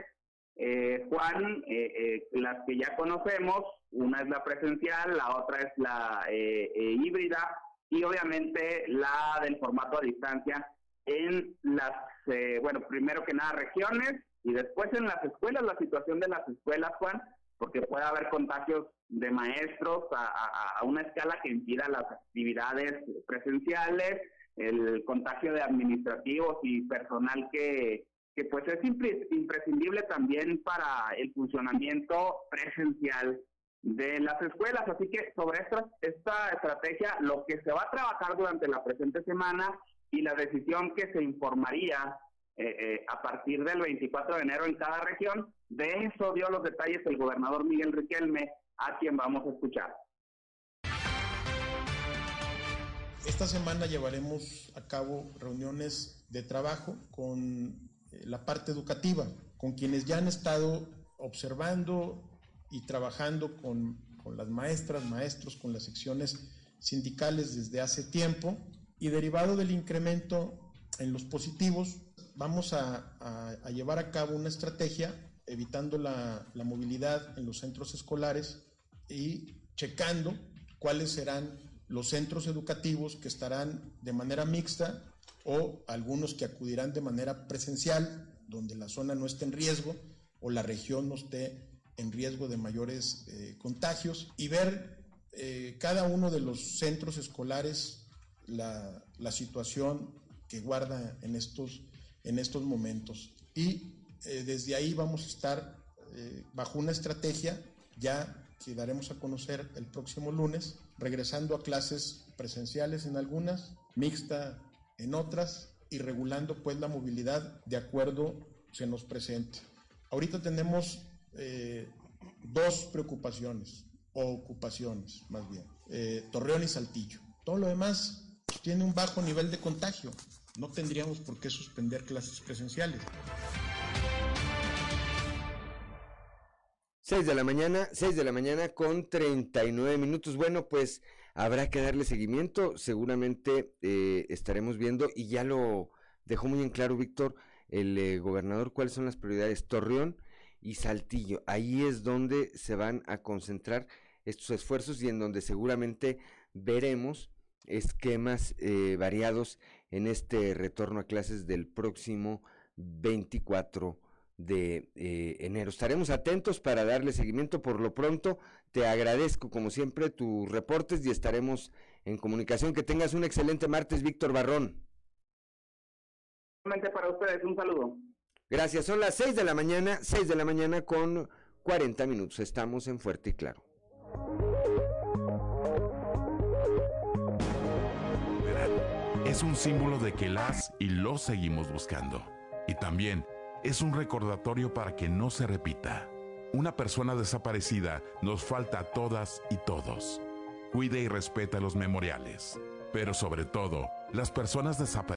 [SPEAKER 7] eh, Juan, eh, eh, las que ya conocemos, una es la presencial, la otra es la eh, eh, híbrida, y obviamente la del formato a distancia en las, eh, bueno, primero que nada regiones y después en las escuelas, la situación de las escuelas, Juan, porque puede haber contagios de maestros a, a, a una escala que impida las actividades presenciales, el contagio de administrativos y personal que, que pues es impre, imprescindible también para el funcionamiento presencial de las escuelas. Así que sobre esta, esta estrategia, lo que se va a trabajar durante la presente semana y la decisión que se informaría eh, eh, a partir del veinticuatro de enero en cada región, de eso dio los detalles el gobernador Miguel Riquelme, a quien vamos a escuchar.
[SPEAKER 8] Esta semana llevaremos a cabo reuniones de trabajo con la parte educativa, con quienes ya han estado observando y trabajando con, con las maestras, maestros, con las secciones sindicales desde hace tiempo, y derivado del incremento en los positivos, vamos a, a, a llevar a cabo una estrategia evitando la, la movilidad en los centros escolares y checando cuáles serán los centros educativos que estarán de manera mixta o algunos que acudirán de manera presencial, donde la zona no esté en riesgo o la región no esté en riesgo de mayores eh, contagios, y ver eh, cada uno de los centros escolares la, la situación que guarda en estos, en estos momentos. Y eh, desde ahí vamos a estar eh, bajo una estrategia ya que daremos a conocer el próximo lunes, regresando a clases presenciales en algunas, mixta en otras, y regulando pues la movilidad de acuerdo se nos presente. Ahorita tenemos Eh, dos preocupaciones, o ocupaciones más bien, eh, Torreón y Saltillo. Todo lo demás tiene un bajo nivel de contagio, no tendríamos por qué suspender clases presenciales.
[SPEAKER 1] seis de la mañana, seis de la mañana con treinta y nueve minutos. Bueno, pues habrá que darle seguimiento, seguramente eh, estaremos viendo, y ya lo dejó muy en claro Víctor, el eh, gobernador, cuáles son las prioridades. Torreón y Saltillo, ahí es donde se van a concentrar estos esfuerzos y en donde seguramente veremos esquemas eh, variados en este retorno a clases del próximo veinticuatro de eh, enero. Estaremos atentos para darle seguimiento. Por lo pronto, te agradezco como siempre tus reportes y estaremos en comunicación. Que tengas un excelente martes, Víctor Barrón.
[SPEAKER 7] Para ustedes, un saludo.
[SPEAKER 1] Gracias, son las seis de la mañana, seis de la mañana con cuarenta minutos, estamos en Fuerte y Claro.
[SPEAKER 2] Es un símbolo de que las y los seguimos buscando. Y también es un recordatorio para que no se repita. Una persona desaparecida nos falta a todas y todos. Cuide y respeta los memoriales, pero sobre todo, las personas desaparecidas.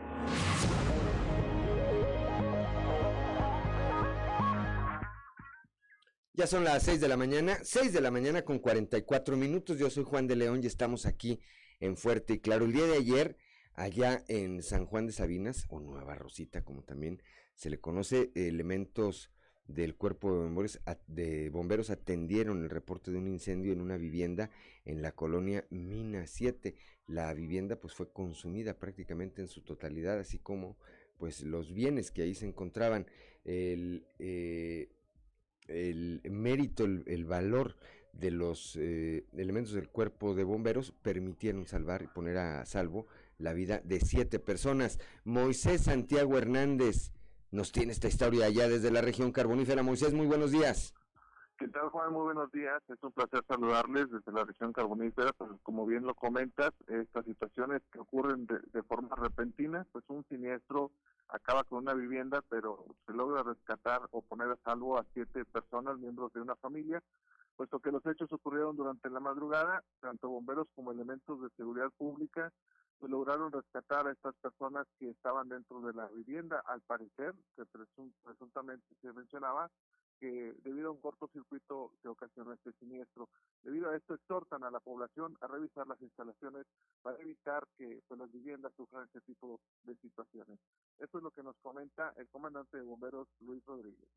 [SPEAKER 1] Ya son las seis de la mañana, seis de la mañana con cuarenta y cuatro minutos. Yo soy Juan de León y estamos aquí en Fuerte y Claro. El día de ayer, allá en San Juan de Sabinas, o Nueva Rosita, como también se le conoce. Elementos del cuerpo de bomberos, de bomberos atendieron el reporte de un incendio en una vivienda en la colonia Mina siete. La vivienda pues fue consumida prácticamente en su totalidad, así como pues los bienes que ahí se encontraban. El, eh, el mérito, el, el valor de los eh, elementos del cuerpo de bomberos permitieron salvar y poner a salvo la vida de siete personas. Moisés Santiago Hernández nos tiene esta historia allá desde la región carbonífera. Moisés, muy buenos días.
[SPEAKER 9] ¿Qué tal, Juan? Muy buenos días. Es un placer saludarles desde la región carbonífera. Pues, como bien lo comentas, estas situaciones que ocurren de, de forma repentina, pues un siniestro acaba con una vivienda, pero se logra rescatar o poner a salvo a siete personas, miembros de una familia, puesto que los hechos ocurrieron durante la madrugada. Tanto bomberos como elementos de seguridad pública pues, lograron rescatar a estas personas que estaban dentro de la vivienda. Al parecer, que presum, presuntamente se mencionaba, que debido a un cortocircuito que ocasionó este siniestro. Debido a esto, exhortan a la población a revisar las instalaciones para evitar que pues, las viviendas sufran este tipo de situaciones. Esto es lo que nos comenta el comandante de bomberos, Luis Rodríguez.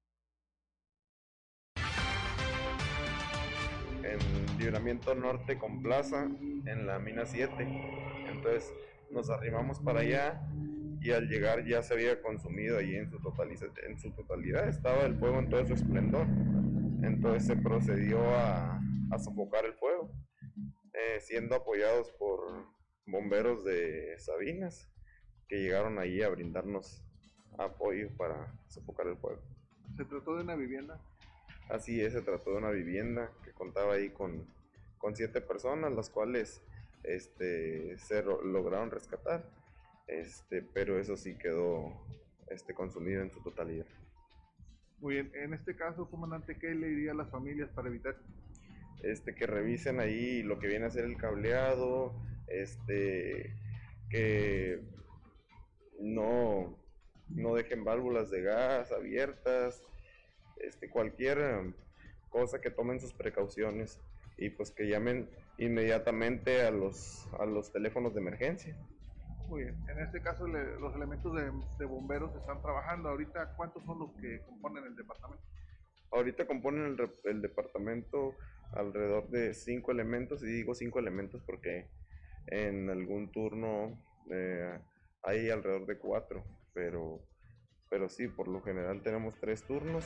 [SPEAKER 10] En Libramiento Norte con Plaza, en la Mina siete. Entonces nos arrimamos para allá y al llegar ya se había consumido ahí en su, totaliza, en su totalidad, estaba el fuego en todo su esplendor. Entonces se procedió a, a sofocar el fuego, eh, siendo apoyados por bomberos de Sabinas, que llegaron ahí a brindarnos apoyo para sofocar el fuego.
[SPEAKER 9] ¿Se trató de una vivienda?
[SPEAKER 10] Así es, se trató de una vivienda que contaba ahí con, con siete personas, las cuales este, se ro- lograron rescatar, este, pero eso sí quedó este, consumido en su totalidad.
[SPEAKER 9] Muy bien, en este caso, comandante, ¿qué le diría a las familias para evitar?
[SPEAKER 10] Este, que revisen ahí lo que viene a ser el cableado, este, que no, no dejen válvulas de gas abiertas, este, cualquier cosa que tomen sus precauciones y pues que llamen inmediatamente a los, a los teléfonos de emergencia.
[SPEAKER 9] Muy bien, en este caso le, los elementos de, de bomberos están trabajando. Ahorita, ¿cuántos son los que componen el departamento?
[SPEAKER 10] Ahorita componen el, el departamento alrededor de cinco elementos, y digo cinco elementos porque en algún turno eh, hay alrededor de cuatro, pero, pero sí, por lo general tenemos tres turnos.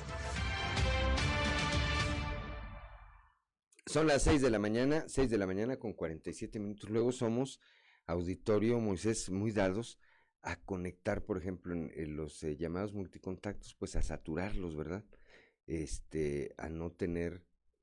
[SPEAKER 1] Son las seis de la mañana, seis de la mañana con cuarenta y siete minutos. Luego somos auditorio, Moisés, muy dados a conectar, por ejemplo, en, en los eh, llamados multicontactos, pues a saturarlos, ¿verdad? Este, a no tener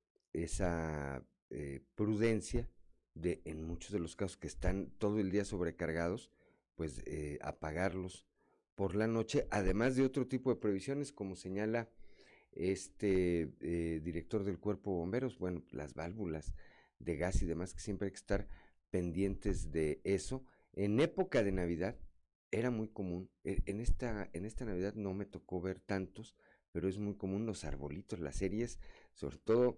[SPEAKER 1] esa eh, prudencia de, en muchos de los casos que están todo el día sobrecargados, pues eh, apagarlos por la noche, además de otro tipo de previsiones, como señala este eh, director del Cuerpo de Bomberos, bueno, las válvulas de gas y demás, que siempre hay que estar pendientes de eso. En época de Navidad era muy común, en esta, en esta Navidad no me tocó ver tantos, pero es muy común los arbolitos, las series, sobre todo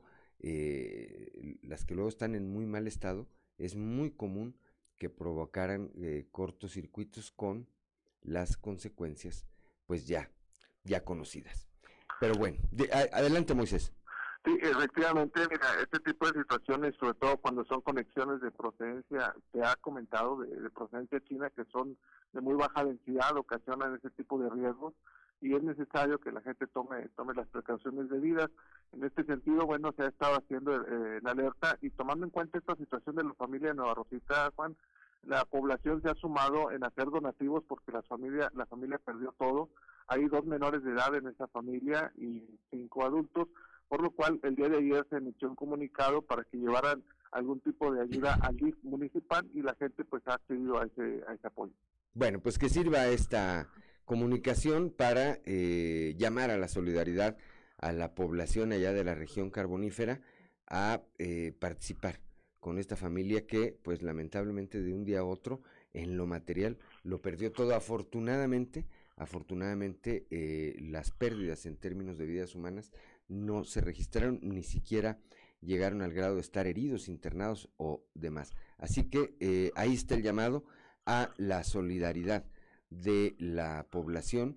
[SPEAKER 1] eh, las que luego están en muy mal estado, es muy común que provocaran eh, cortocircuitos con las consecuencias pues ya, ya conocidas. Pero bueno, de, a, adelante Moisés.
[SPEAKER 9] Sí, efectivamente, mira, este tipo de situaciones, sobre todo cuando son conexiones de procedencia, se ha comentado, de, de procedencia china, que son de muy baja densidad, ocasionan ese tipo de riesgos, y es necesario que la gente tome tome las precauciones debidas. En este sentido, bueno, se ha estado haciendo eh, la alerta, y tomando en cuenta esta situación de la familia de Nueva Rosita, Juan, la población se ha sumado en hacer donativos porque la familia, la familia perdió todo. Hay dos menores de edad en esa familia y cinco adultos, por lo cual el día de ayer se emitió un comunicado para que llevaran algún tipo de ayuda al D I F municipal, y la gente pues ha accedido a ese, a ese apoyo.
[SPEAKER 1] Bueno, pues que sirva esta comunicación para eh, llamar a la solidaridad a la población allá de la región carbonífera a eh, participar con esta familia que pues lamentablemente de un día a otro en lo material lo perdió todo. Afortunadamente, afortunadamente eh, las pérdidas en términos de vidas humanas no se registraron, ni siquiera llegaron al grado de estar heridos, internados o demás. Así que eh, ahí está el llamado a la solidaridad de la población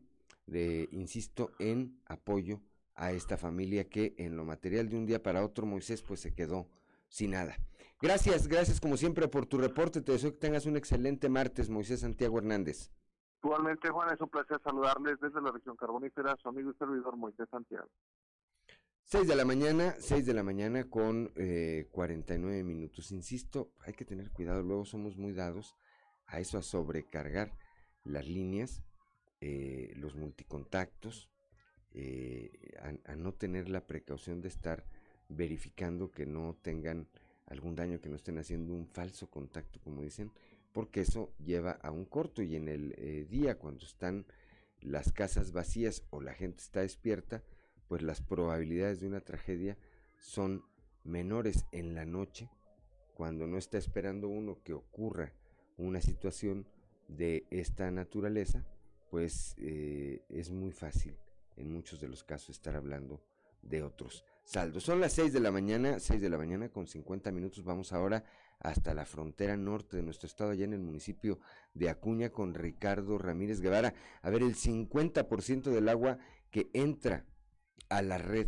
[SPEAKER 1] de, insisto, en apoyo a esta familia que en lo material de un día para otro, Moisés, pues se quedó sin nada. Gracias, gracias como siempre por tu reporte, te deseo que tengas un excelente martes, Moisés Santiago Hernández.
[SPEAKER 9] Igualmente, Juan, es un placer saludarles desde la región carbonífera, su amigo y servidor Moisés Santiago.
[SPEAKER 1] seis de la mañana, seis de la mañana con eh, cuarenta y nueve minutos. Insisto, hay que tener cuidado, luego somos muy dados a eso, a sobrecargar las líneas, eh, los multicontactos, eh, a, a no tener la precaución de estar verificando que no tengan algún daño, que no estén haciendo un falso contacto, como dicen, porque eso lleva a un corto, y en el eh, día, cuando están las casas vacías o la gente está despierta, pues las probabilidades de una tragedia son menores. En la noche, cuando no está esperando uno que ocurra una situación de esta naturaleza, pues eh, es muy fácil en muchos de los casos estar hablando de otros saldos. Son las seis de la mañana, seis de la mañana con cincuenta minutos, vamos ahora hasta la frontera norte de nuestro estado, allá en el municipio de Acuña, con Ricardo Ramírez Guevara. A ver, el cincuenta por ciento del agua que entra a la red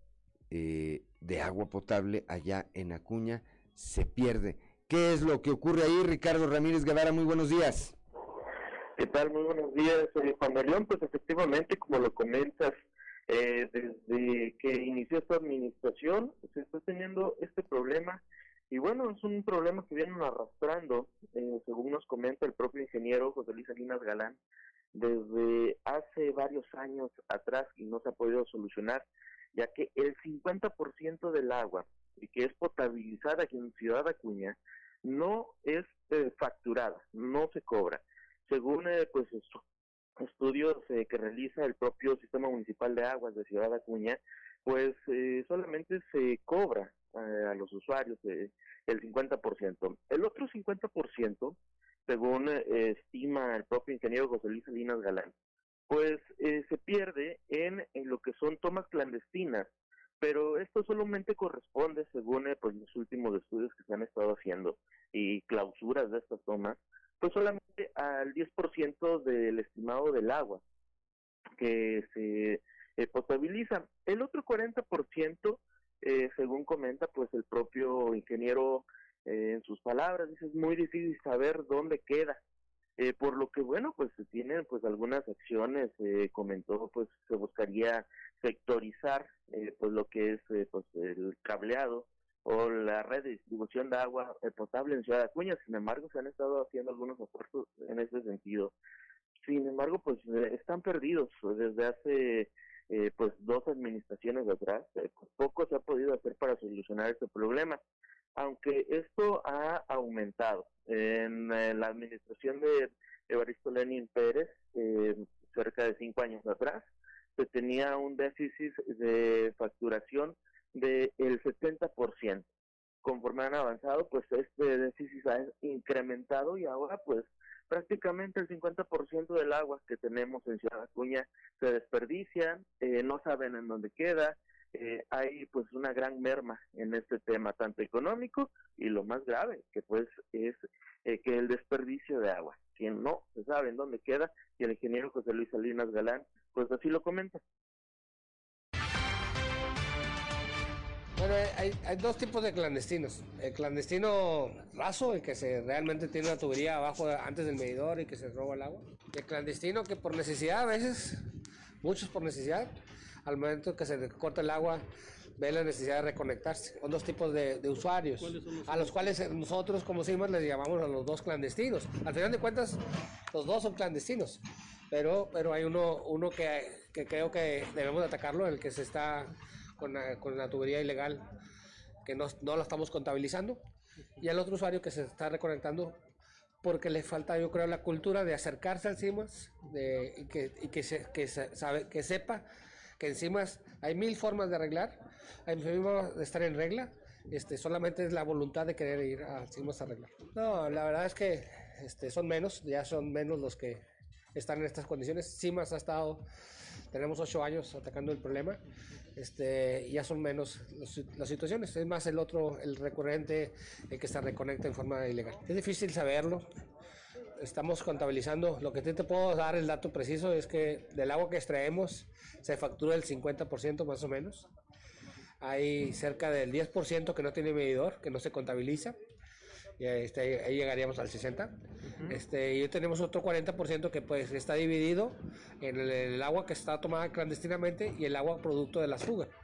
[SPEAKER 1] eh, de agua potable allá en Acuña se pierde. ¿Qué es lo que ocurre ahí, Ricardo Ramírez Guevara? Muy buenos días.
[SPEAKER 11] ¿Qué tal? Muy buenos días, eh, Juan de León. Pues efectivamente, como lo comentas, eh, desde que inició esta administración se está teniendo este problema, y bueno, es un problema que vienen arrastrando, eh, según nos comenta el propio ingeniero José Luis Salinas Galán, desde hace varios años atrás, y no se ha podido solucionar, ya que el cincuenta por ciento del agua que es potabilizada aquí en Ciudad Acuña no es eh, facturada, no se cobra. Según eh, pues estudios eh, que realiza el propio Sistema Municipal de Aguas de Ciudad Acuña, pues eh, solamente se cobra eh, a los usuarios eh, el cincuenta por ciento. El otro cincuenta por ciento, según eh, estima el propio ingeniero José Luis Salinas Galán, pues eh, se pierde en, en lo que son tomas clandestinas, pero esto solamente corresponde, según eh, pues los últimos estudios que se han estado haciendo y clausuras de estas tomas, pues solamente al diez por ciento del estimado del agua que se eh, potabiliza. El otro cuarenta por ciento, eh, según comenta pues el propio ingeniero eh, en sus palabras, dice, es muy difícil saber dónde queda. Eh, por lo que bueno, pues se tienen pues algunas acciones, eh, comentó, pues se buscaría sectorizar eh, pues lo que es eh, pues el cableado o la red de distribución de agua eh, potable en Ciudad Acuña. Sin embargo, se han estado haciendo algunos esfuerzos en ese sentido. Sin embargo, pues eh, están perdidos desde hace eh, pues dos administraciones atrás. Eh, pues poco se ha podido hacer para solucionar este problema, aunque esto ha aumentado. En, en la administración de Evaristo Lenin Pérez, eh, cerca de cinco años atrás, se tenía un déficit de facturación del setenta por ciento. Conforme han avanzado, pues este déficit ha incrementado, y ahora pues prácticamente el cincuenta por ciento del agua que tenemos en Ciudad Acuña se desperdicia, eh, no saben en dónde queda. Eh, hay pues una gran merma en este tema, tanto económico y lo más grave, que pues es eh, que el desperdicio de agua, que no se sabe en dónde queda, y el ingeniero José Luis Salinas Galán pues así lo comenta.
[SPEAKER 12] Bueno, hay, hay dos tipos de clandestinos. El clandestino raso, el que se realmente tiene una tubería abajo antes del medidor y que se roba el agua. El clandestino que por necesidad, a veces, muchos por necesidad, al momento que se corta el agua, ve la necesidad de reconectarse. Son dos tipos de, de usuarios, a los cuales nosotros como CIMAS les llamamos a los dos clandestinos. Al final de cuentas, los dos son clandestinos, pero, pero hay uno, uno que, que creo que debemos atacarlo, el que se está con la, con la tubería ilegal, que no, no la estamos contabilizando, y el otro usuario que se está reconectando porque le falta, yo creo, la cultura de acercarse al CIMAS, de, y, que, y que, se, que, se, sabe, que sepa que encima hay mil formas de arreglar, hay mil formas de estar en regla, este, solamente es la voluntad de querer ir al CIMAS a arreglar. No, la verdad es que este, son menos, ya son menos los que están en estas condiciones. CIMAS ha estado, tenemos ocho años atacando el problema, este, y ya son menos los, las situaciones. Es más el otro, el recurrente, el que se reconecta en forma ilegal. Es difícil saberlo. estamos contabilizando. Lo que te, te puedo dar el dato preciso es que del agua que extraemos se factura el cincuenta por ciento más o menos. Hay cerca del diez por ciento que no tiene medidor, que no se contabiliza. Y este, ahí llegaríamos al sesenta por ciento. Uh-huh. Este, y tenemos otro cuarenta por ciento que pues está dividido en el, el agua que está tomada clandestinamente y el agua producto de las fugas.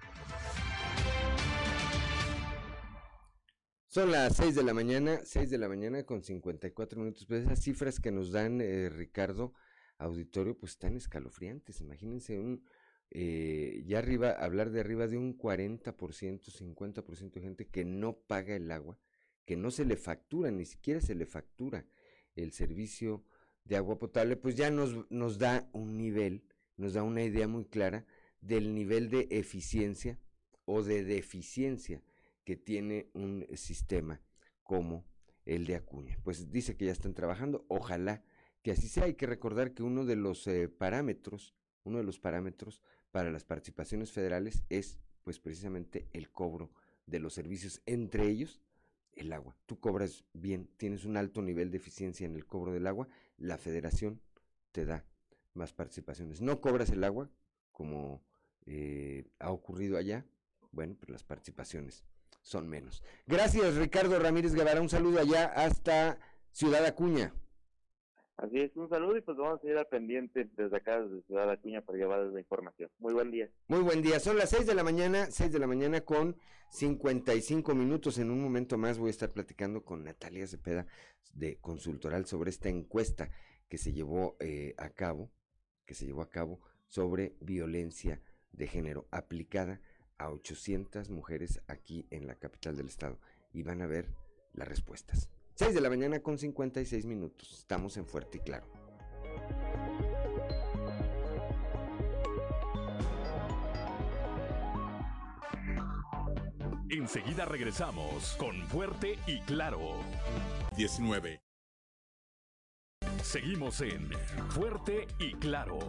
[SPEAKER 1] Son las seis de la mañana, seis de la mañana con cincuenta y cuatro minutos. Pues esas cifras que nos dan, eh, Ricardo, auditorio, pues están escalofriantes. Imagínense un, eh, ya arriba, hablar de arriba de un cuarenta por ciento, cincuenta por ciento de gente que no paga el agua, que no se le factura, ni siquiera se le factura el servicio de agua potable, pues ya nos, nos da un nivel, nos da una idea muy clara del nivel de eficiencia o de deficiencia que tiene un sistema como el de Acuña. Pues dice que ya están trabajando, ojalá que así sea. Hay que recordar que uno de los eh, parámetros, uno de los parámetros para las participaciones federales es pues precisamente el cobro de los servicios, entre ellos el agua. Tú cobras bien, tienes un alto nivel de eficiencia en el cobro del agua, la federación te da más participaciones. No cobras el agua, como eh, ha ocurrido allá, bueno, pues las participaciones son menos. Gracias, Ricardo Ramírez Guevara, un saludo allá hasta Ciudad Acuña.
[SPEAKER 11] Así es, un saludo y pues vamos a seguir al pendiente desde acá, desde Ciudad Acuña, para llevarles la información. Muy buen día.
[SPEAKER 1] Muy buen día, son las seis de la mañana, seis de la mañana con cincuenta y cinco minutos. En un momento más voy a estar platicando con Natalia Cepeda de Consultoral sobre esta encuesta que se llevó eh, a cabo, que se llevó a cabo sobre violencia de género aplicada a ochocientas mujeres aquí en la capital del estado, y van a ver las respuestas. seis de la mañana con cincuenta y seis minutos, estamos en Fuerte y Claro.
[SPEAKER 13] Enseguida regresamos con Fuerte y Claro. diecinueve. Seguimos en Fuerte y Claro.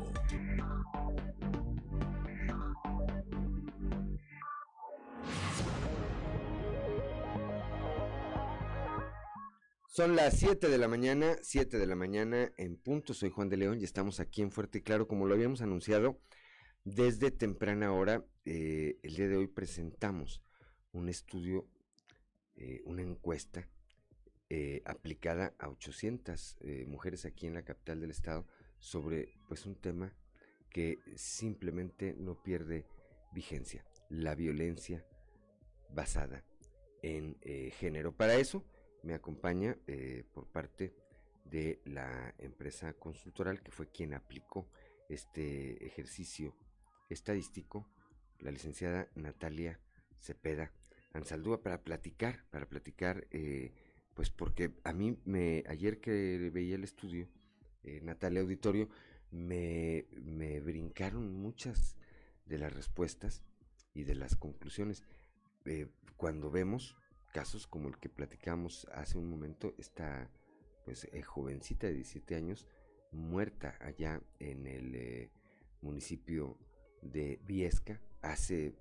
[SPEAKER 1] Son las siete de la mañana, siete de la mañana en punto. Soy Juan de León y estamos aquí en Fuerte y Claro, como lo habíamos anunciado desde temprana hora. Eh, el día de hoy presentamos un estudio, eh, una encuesta eh, aplicada a ochocientas eh, mujeres aquí en la capital del estado sobre pues un tema que simplemente no pierde vigencia: la violencia basada en eh, género. Para eso me acompaña eh, por parte de la empresa Consultoral, que fue quien aplicó este ejercicio estadístico, la licenciada Natalia Cepeda Ansaldúa, para platicar, para platicar, eh, pues porque a mí, me ayer que veía el estudio, eh, Natalia Auditorio, me, me brincaron muchas de las respuestas y de las conclusiones. Eh, cuando vemos casos como el que platicamos hace un momento, esta pues eh, jovencita de diecisiete años muerta allá en el eh, municipio de Viesca hace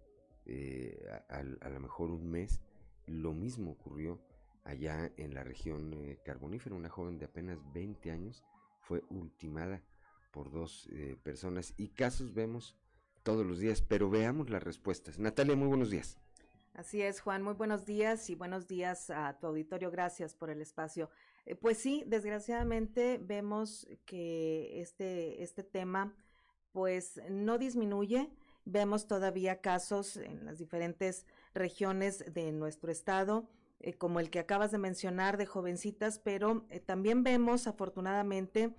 [SPEAKER 1] eh, a, a lo mejor un mes. Lo mismo ocurrió allá en la región eh, carbonífera. Una joven de apenas veinte años fue ultimada por dos eh, personas, y casos vemos todos los días, pero veamos las respuestas. Natalia, muy buenos días.
[SPEAKER 14] Así es, Juan, muy buenos días y buenos días a tu auditorio, gracias por el espacio. Eh, pues sí, desgraciadamente vemos que este, este tema pues no disminuye. Vemos todavía casos en las diferentes regiones de nuestro estado, eh, como el que acabas de mencionar de jovencitas, pero eh, también vemos afortunadamente,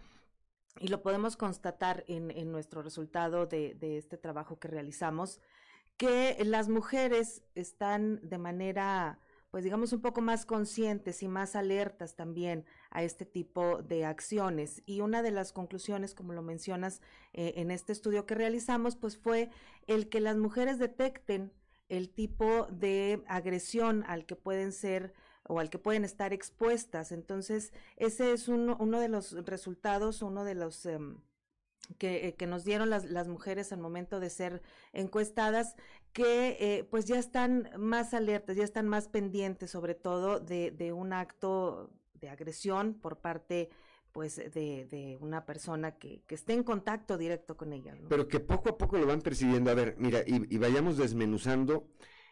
[SPEAKER 14] y lo podemos constatar en, en nuestro resultado de, de este trabajo que realizamos, que las mujeres están de manera, pues digamos, un poco más conscientes y más alertas también a este tipo de acciones. Y una de las conclusiones, como lo mencionas, eh, en este estudio que realizamos, pues fue el que las mujeres detecten el tipo de agresión al que pueden ser o al que pueden estar expuestas. Entonces, ese es uno, uno de los resultados, uno de los um, que, eh, que nos dieron las, las mujeres al momento de ser encuestadas, que eh, pues ya están más alertas, ya están más pendientes sobre todo de, de un acto de agresión por parte pues de, de una persona que, que esté en contacto directo con ella, ¿no?
[SPEAKER 1] Pero que poco a poco lo van percibiendo. A ver, mira, y, y vayamos desmenuzando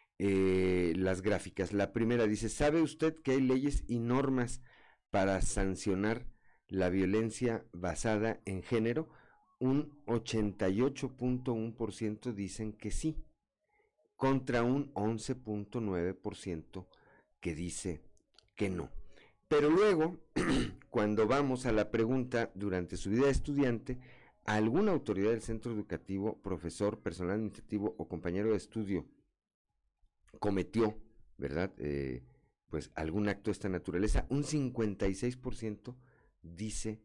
[SPEAKER 1] eh, las gráficas. La primera dice, ¿sabe usted que hay leyes y normas para sancionar la violencia basada en género? Un ochenta y ocho punto uno por ciento dicen que sí, contra un once punto nueve por ciento que dice que no. Pero luego, cuando vamos a la pregunta durante su vida de estudiante, ¿alguna autoridad del centro educativo, profesor, personal administrativo o compañero de estudio cometió, verdad, eh, pues algún acto de esta naturaleza? Un cincuenta y seis por ciento dice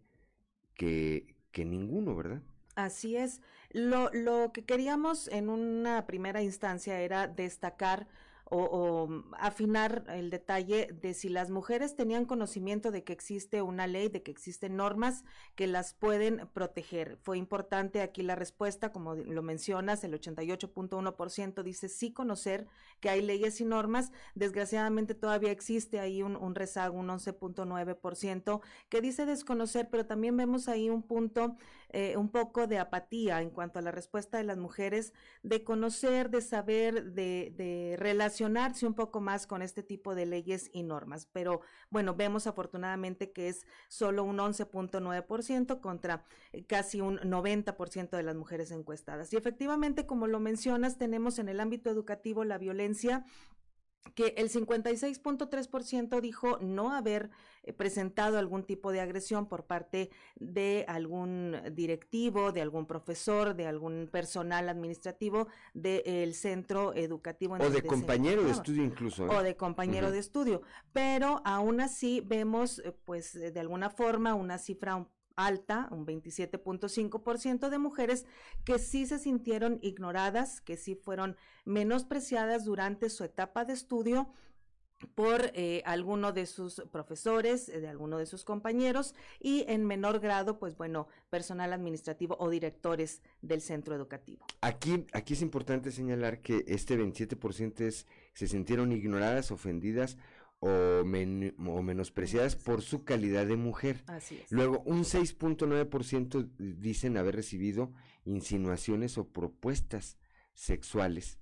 [SPEAKER 1] que, que ninguno, ¿verdad?
[SPEAKER 14] Así es. Lo, lo que queríamos en una primera instancia era destacar o, o afinar el detalle de si las mujeres tenían conocimiento de que existe una ley, de que existen normas que las pueden proteger. Fue importante aquí la respuesta, como lo mencionas, el ochenta y ocho punto uno por ciento dice sí conocer que hay leyes y normas. Desgraciadamente todavía existe ahí un, un rezago, un once punto nueve por ciento que dice desconocer, pero también vemos ahí un punto, eh, un poco de apatía en cuanto a la respuesta de las mujeres, de conocer, de saber, de, de relacionarse un poco más con este tipo de leyes y normas. Pero bueno, vemos afortunadamente que es solo un once punto nueve por ciento contra casi un noventa por ciento de las mujeres encuestadas. Y efectivamente, como lo mencionas, tenemos en el ámbito educativo la violencia, que el cincuenta y seis punto tres por ciento dijo no haber eh, presentado algún tipo de agresión por parte de algún directivo, de algún profesor, de algún personal administrativo del centro educativo. En
[SPEAKER 1] o de compañero de estudio incluso. ¿eh?
[SPEAKER 14] O de compañero uh-huh. de estudio. Pero aún así vemos, eh, pues, de alguna forma una cifra un alta, un veintisiete punto cinco por ciento de mujeres que sí se sintieron ignoradas, que sí fueron menospreciadas durante su etapa de estudio por eh, alguno de sus profesores, de alguno de sus compañeros, y en menor grado, pues bueno, personal administrativo o directores del centro educativo.
[SPEAKER 1] Aquí, aquí es importante señalar que este veintisiete por ciento es, se sintieron ignoradas, ofendidas o, men, o menospreciadas por su calidad de mujer.
[SPEAKER 14] Así es.
[SPEAKER 1] Luego, un seis punto nueve por ciento dicen haber recibido insinuaciones o propuestas sexuales,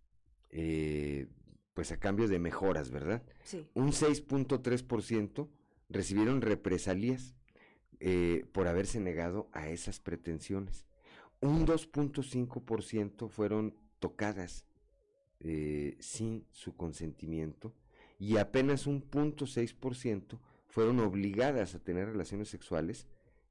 [SPEAKER 1] eh, pues a cambio de mejoras, ¿verdad?
[SPEAKER 14] Sí.
[SPEAKER 1] Un seis punto tres por ciento recibieron represalias eh, por haberse negado a esas pretensiones. Un dos punto cinco por ciento fueron tocadas eh, sin su consentimiento. Y apenas un punto seis por ciento fueron obligadas a tener relaciones sexuales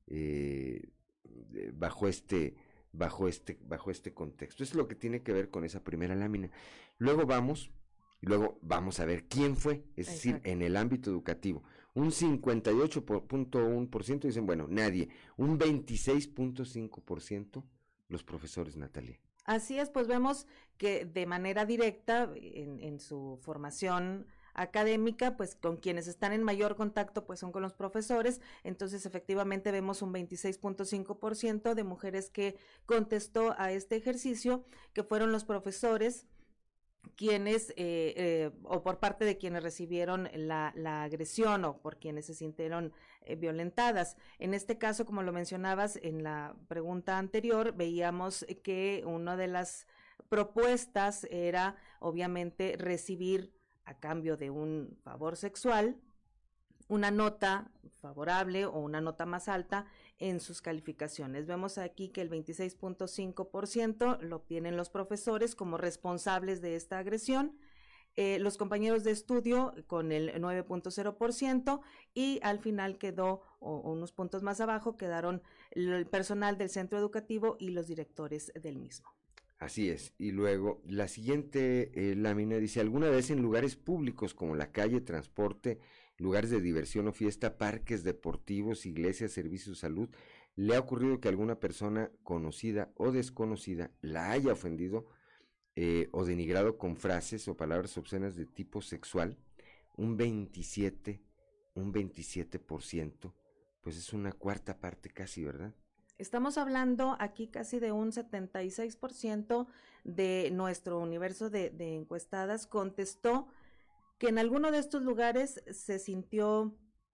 [SPEAKER 1] eh, bajo este bajo este bajo este contexto. Eso es lo que tiene que ver con esa primera lámina. Luego vamos luego vamos a ver quién fue, es Exacto. decir, en el ámbito educativo. Un cincuenta y ocho punto uno por ciento dicen, bueno, nadie. Un veintiséis punto cinco por ciento los profesores, Natalia.
[SPEAKER 14] Así es, pues vemos que de manera directa en, en su formación académica, pues con quienes están en mayor contacto pues son con los profesores. Entonces efectivamente vemos un veintiséis punto cinco por ciento de mujeres que contestó a este ejercicio, que fueron los profesores quienes eh, eh, o por parte de quienes recibieron la, la agresión o por quienes se sintieron eh, violentadas. En este caso, como lo mencionabas en la pregunta anterior, veíamos que una de las propuestas era obviamente recibir a cambio de un favor sexual una nota favorable o una nota más alta en sus calificaciones. Vemos aquí que el veintiséis punto cinco por ciento lo obtienen los profesores como responsables de esta agresión, eh, los compañeros de estudio con el nueve punto cero por ciento y al final quedó, o, o unos puntos más abajo, quedaron el personal del centro educativo y los directores del mismo.
[SPEAKER 1] Así es, y luego la siguiente eh, lámina dice, ¿alguna vez en lugares públicos como la calle, transporte, lugares de diversión o fiesta, parques deportivos, iglesias, servicios de salud, le ha ocurrido que alguna persona conocida o desconocida la haya ofendido eh, o denigrado con frases o palabras obscenas de tipo sexual? Un veintisiete, un veintisiete por ciento, pues es una cuarta parte casi, ¿verdad?
[SPEAKER 14] Estamos hablando aquí casi de un setenta y seis por ciento de nuestro universo de, de encuestadas contestó que en alguno de estos lugares se sintió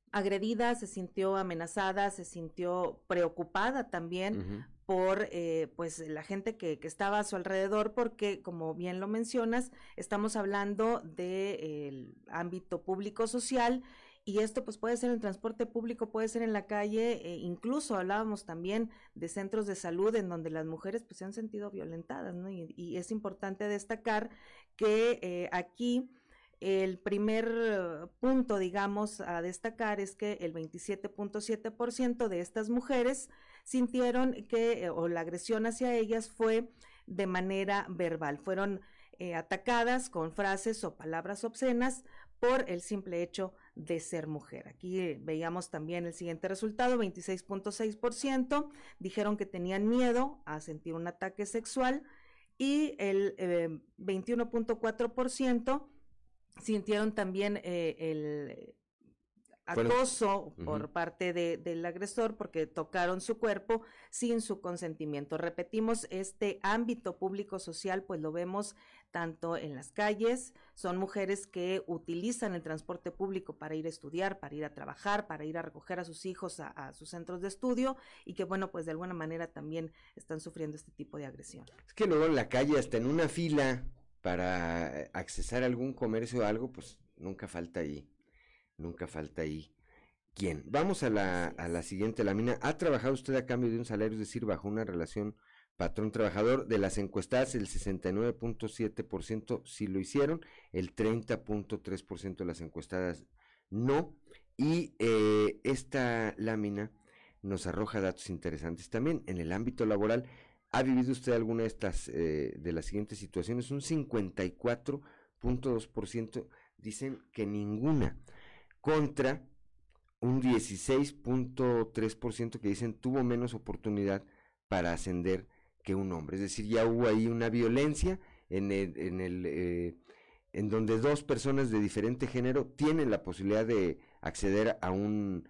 [SPEAKER 14] agredida, se sintió amenazada, se sintió preocupada también uh-huh. por eh, pues la gente que, que estaba a su alrededor, porque como bien lo mencionas, estamos hablando del ámbito público social, y esto pues puede ser en el transporte público, puede ser en la calle, eh, incluso hablábamos también de centros de salud en donde las mujeres pues se han sentido violentadas, ¿no? Y, y es importante destacar que eh, aquí el primer punto, digamos, a destacar es que el veintisiete punto siete por ciento de estas mujeres sintieron que, o la agresión hacia ellas fue de manera verbal, fueron eh, atacadas con frases o palabras obscenas por el simple hecho de ser mujer. Aquí veíamos también el siguiente resultado, veintiséis punto seis por ciento dijeron que tenían miedo a sentir un ataque sexual, y el eh, veintiuno punto cuatro por ciento sintieron también eh, el acoso uh-huh. por parte de, del agresor porque tocaron su cuerpo sin su consentimiento. Repetimos, este ámbito público social pues lo vemos tanto en las calles, son mujeres que utilizan el transporte público para ir a estudiar, para ir a trabajar, para ir a recoger a sus hijos a, a sus centros de estudio, y que bueno, pues de alguna manera también están sufriendo este tipo de agresión.
[SPEAKER 1] Es que luego en la calle, hasta en una fila para accesar a algún comercio o algo, pues nunca falta ahí, nunca falta ahí. ¿Quién? Vamos a la, a la siguiente lámina. ¿Ha trabajado usted a cambio de un salario, es decir, bajo una relación patrón-trabajador? De las encuestadas, el sesenta y nueve punto siete por ciento sí lo hicieron, el treinta punto tres por ciento de las encuestadas no, y eh, esta lámina nos arroja datos interesantes también. En el ámbito laboral, ¿ha vivido usted alguna de estas, eh, de las siguientes situaciones? Un cincuenta y cuatro punto dos por ciento dicen que ninguna, contra un dieciséis punto tres por ciento que dicen tuvo menos oportunidad para ascender que un hombre. Es decir, ya hubo ahí una violencia en el, en el eh, en donde dos personas de diferente género tienen la posibilidad de acceder a un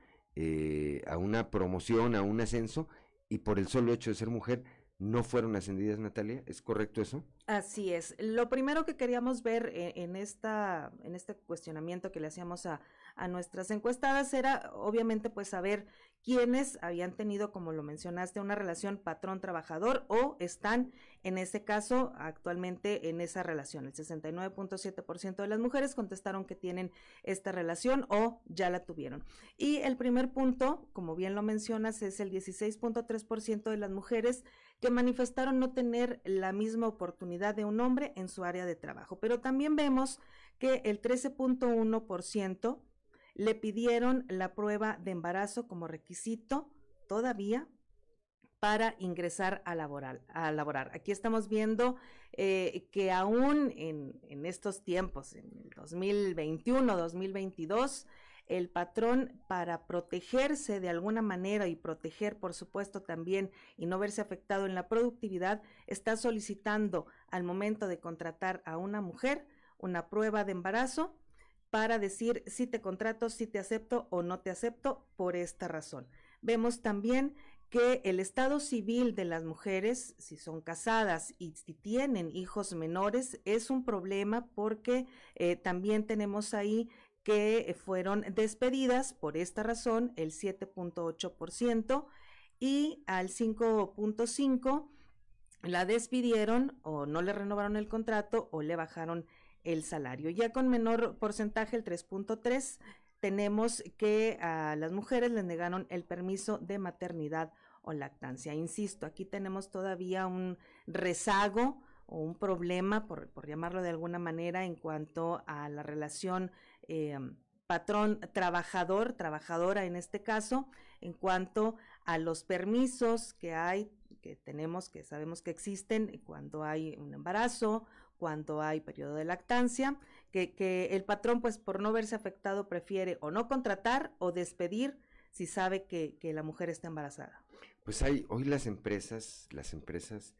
[SPEAKER 1] eh, a una promoción, a un ascenso, y por el solo hecho de ser mujer no fueron ascendidas, Natalia. ¿Es correcto eso?
[SPEAKER 14] Así es. Lo primero que queríamos ver en, en esta en este cuestionamiento que le hacíamos a, a nuestras encuestadas era obviamente pues saber quiénes habían tenido, como lo mencionaste, una relación patrón-trabajador o están en ese caso actualmente en esa relación. El sesenta y nueve punto siete por ciento de las mujeres contestaron que tienen esta relación o ya la tuvieron. Y el primer punto, como bien lo mencionas, es el dieciséis punto tres por ciento de las mujeres que manifestaron no tener la misma oportunidad de un hombre en su área de trabajo. Pero también vemos que el trece punto uno por ciento le pidieron la prueba de embarazo como requisito todavía para ingresar a laboral, a laborar. Aquí estamos viendo eh, que aún en, en estos tiempos, en el dos mil veintiuno, dos mil veintidós, el patrón, para protegerse de alguna manera y proteger, por supuesto, también y no verse afectado en la productividad, está solicitando al momento de contratar a una mujer una prueba de embarazo para decir si te contrato, si te acepto o no te acepto por esta razón. Vemos también que el estado civil de las mujeres, si son casadas y si tienen hijos menores, es un problema porque eh, también tenemos ahí que fueron despedidas por esta razón el siete punto ocho por ciento, y al cinco punto cinco por ciento la despidieron o no le renovaron el contrato o le bajaron el salario. Ya con menor porcentaje, el tres punto tres por ciento, tenemos que a las mujeres les negaron el permiso de maternidad o lactancia. Insisto, aquí tenemos todavía un rezago o un problema, por, por llamarlo de alguna manera, en cuanto a la relación eh, patrón-trabajador, trabajadora en este caso, en cuanto a los permisos que hay, que tenemos, que sabemos que existen cuando hay un embarazo, cuando hay periodo de lactancia, que, que el patrón, pues por no verse afectado, prefiere o no contratar o despedir si sabe que, que la mujer está embarazada.
[SPEAKER 1] Pues hay hoy las empresas, las empresas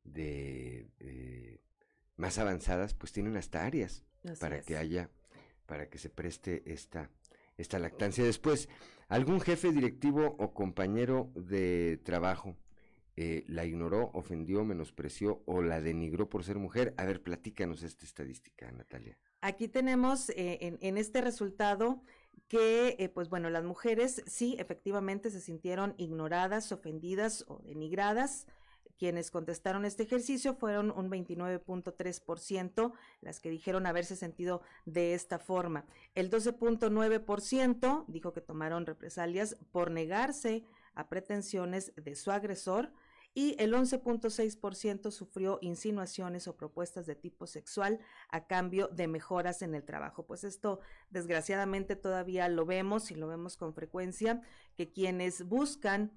[SPEAKER 1] de eh, más avanzadas, pues tienen hasta áreas Así para es. que haya, para que se preste esta, esta lactancia. Después, algún jefe directivo o compañero de trabajo Eh, la ignoró, ofendió, menospreció o la denigró por ser mujer. A ver, platícanos esta estadística, Natalia.
[SPEAKER 14] Aquí tenemos eh, en, en este resultado que, eh, pues bueno, las mujeres sí, efectivamente se sintieron ignoradas, ofendidas o denigradas. Quienes contestaron este ejercicio fueron un veintinueve punto tres por ciento las que dijeron haberse sentido de esta forma. El doce punto nueve por ciento dijo que tomaron represalias por negarse a pretensiones de su agresor, y el once punto seis por ciento sufrió insinuaciones o propuestas de tipo sexual a cambio de mejoras en el trabajo. Pues esto desgraciadamente todavía lo vemos y lo vemos con frecuencia, que quienes buscan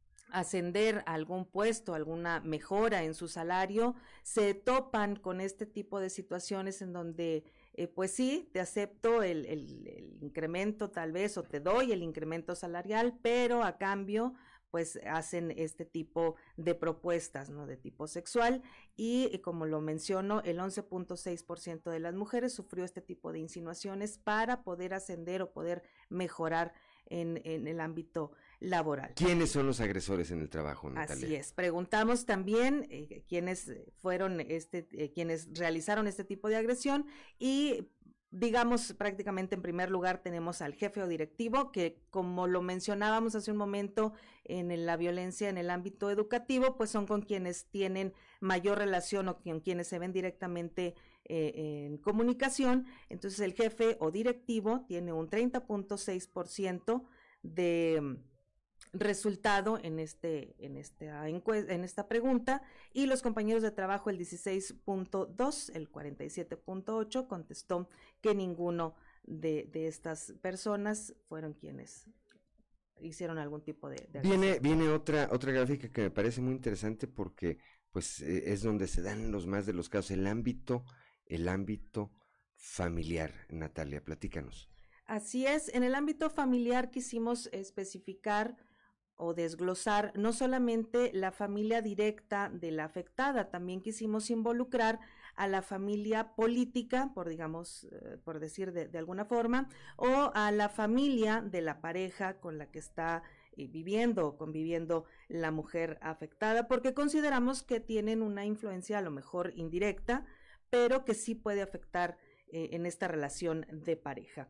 [SPEAKER 14] ascender a algún puesto, alguna mejora en su salario, se topan con este tipo de situaciones en donde eh, pues sí, te acepto el, el, el incremento tal vez, o te doy el incremento salarial, pero a cambio pues hacen este tipo de propuestas, ¿no?, de tipo sexual, y, y como lo menciono, el once punto seis por ciento de las mujeres sufrió este tipo de insinuaciones para poder ascender o poder mejorar en, en el ámbito laboral.
[SPEAKER 1] ¿Quiénes son los agresores en el trabajo, Natalia?
[SPEAKER 14] Así es. Preguntamos también eh, quiénes fueron este, eh, quienes realizaron este tipo de agresión, y digamos prácticamente en primer lugar tenemos al jefe o directivo, que como lo mencionábamos hace un momento en la violencia en el ámbito educativo, pues son con quienes tienen mayor relación o con quienes se ven directamente eh, en comunicación. Entonces el jefe o directivo tiene un treinta punto seis por ciento de resultado en este en esta encuesta, en esta pregunta, y los compañeros de trabajo el dieciséis punto dos, el cuarenta y siete punto ocho contestó que ninguno de, de estas personas fueron quienes hicieron algún tipo de, de
[SPEAKER 1] viene viene otra otra gráfica que me parece muy interesante, porque pues eh, es donde se dan los más de los casos, el ámbito el ámbito familiar. Natalia, platícanos.
[SPEAKER 14] Así es, en el ámbito familiar quisimos especificar o desglosar no solamente la familia directa de la afectada, también quisimos involucrar a la familia política, por digamos, eh, por decir de, de alguna forma, o a la familia de la pareja con la que está eh, viviendo o conviviendo la mujer afectada, porque consideramos que tienen una influencia a lo mejor indirecta, pero que sí puede afectar eh, en esta relación de pareja.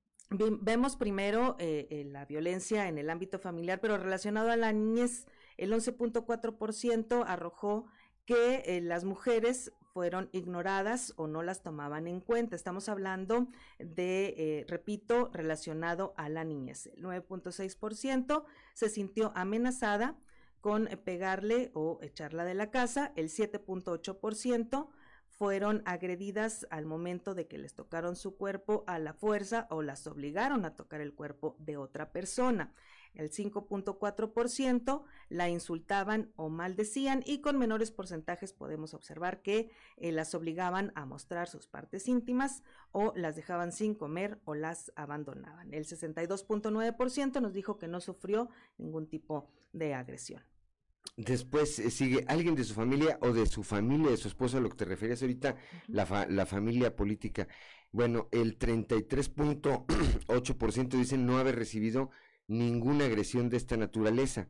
[SPEAKER 14] Vemos primero eh, eh, la violencia en el ámbito familiar, pero relacionado a la niñez, el once punto cuatro por ciento arrojó que eh, las mujeres fueron ignoradas o no las tomaban en cuenta. Estamos hablando de, eh, repito, relacionado a la niñez. El nueve punto seis por ciento se sintió amenazada con eh, pegarle o echarla de la casa. El siete punto ocho por ciento fueron agredidas al momento de que les tocaron su cuerpo a la fuerza o las obligaron a tocar el cuerpo de otra persona. El cinco punto cuatro por ciento la insultaban o maldecían, y con menores porcentajes podemos observar que eh, las obligaban a mostrar sus partes íntimas o las dejaban sin comer o las abandonaban. El sesenta y dos punto nueve por ciento nos dijo que no sufrió ningún tipo de agresión.
[SPEAKER 1] Después eh, sigue alguien de su familia o de su familia, de su esposo, a lo que te referías ahorita, uh-huh. la, fa la familia política. Bueno, el treinta y tres punto ocho por ciento dicen no haber recibido ninguna agresión de esta naturaleza.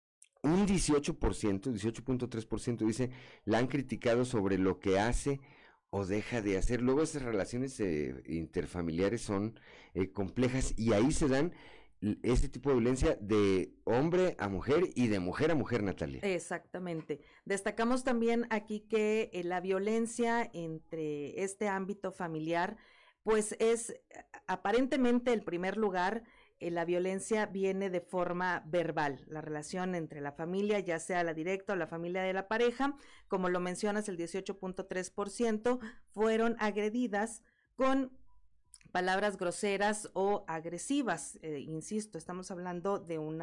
[SPEAKER 1] Un dieciocho por ciento, dieciocho punto tres por ciento dice la han criticado sobre lo que hace o deja de hacer. Luego esas relaciones eh, interfamiliares son eh, complejas, y ahí se dan este tipo de violencia de hombre a mujer y de mujer a mujer, Natalia.
[SPEAKER 14] Exactamente. Destacamos también aquí que eh, la violencia entre este ámbito familiar, pues es aparentemente el primer lugar. Eh, la violencia viene de forma verbal, la relación entre la familia, ya sea la directa o la familia de la pareja, como lo mencionas, el dieciocho punto tres por ciento fueron agredidas con palabras groseras o agresivas. Eh, insisto, estamos hablando de un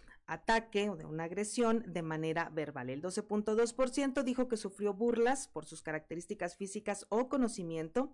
[SPEAKER 14] ataque o de una agresión de manera verbal. El doce punto dos por ciento dijo que sufrió burlas por sus características físicas o conocimiento,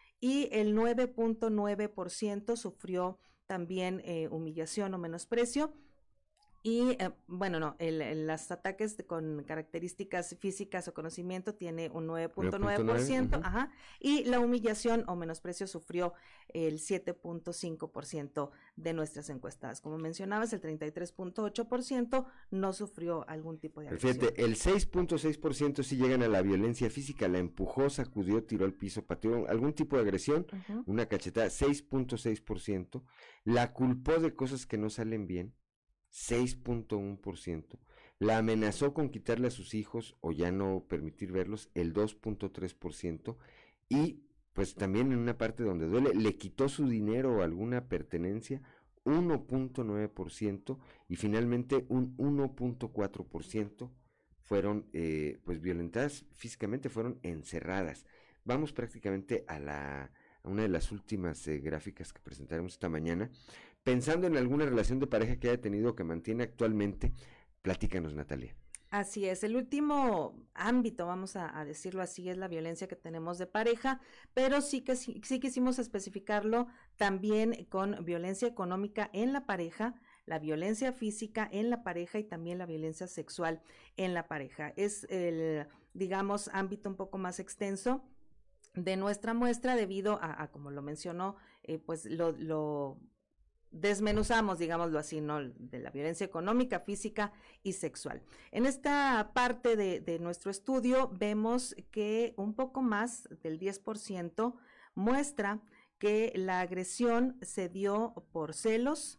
[SPEAKER 14] y el nueve punto nueve por ciento sufrió también eh, humillación o menosprecio Y eh, bueno, no, el, el, los ataques de, con características físicas o conocimiento tiene un nueve punto nueve por ciento, uh-huh. ajá, y la humillación o menosprecio sufrió el siete punto cinco por ciento de nuestras encuestadas. Como mencionabas, el treinta y tres punto ocho por ciento no sufrió algún tipo de agresión.
[SPEAKER 1] Fíjate, el seis punto seis por ciento sí llegan a la violencia física, la empujó, sacudió, tiró al piso, pateó, algún tipo de agresión, uh-huh. una cachetada, seis punto seis por ciento, la culpó de cosas que no salen bien, seis punto uno por ciento, la amenazó con quitarle a sus hijos o ya no permitir verlos, el dos punto tres por ciento, y pues también en una parte donde duele, le quitó su dinero o alguna pertenencia, uno punto nueve por ciento, y finalmente un uno punto cuatro por ciento fueron eh, pues violentadas físicamente, fueron encerradas. Vamos prácticamente a la a una de las últimas eh, gráficas que presentaremos esta mañana. Pensando en alguna relación de pareja que haya tenido o que mantiene actualmente, platícanos, Natalia.
[SPEAKER 14] Así es, el último ámbito, vamos a, a decirlo así, es la violencia que tenemos de pareja, pero sí que sí, sí quisimos especificarlo también con violencia económica en la pareja, la violencia física en la pareja y también la violencia sexual en la pareja. Es el, digamos, ámbito un poco más extenso de nuestra muestra debido a, a como lo mencionó, eh, pues lo, lo desmenuzamos, digámoslo así, ¿no? De la violencia económica, física y sexual. En esta parte de, de nuestro estudio vemos que un poco más del diez por ciento muestra que la agresión se dio por celos,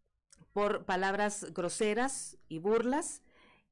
[SPEAKER 14] por palabras groseras y burlas,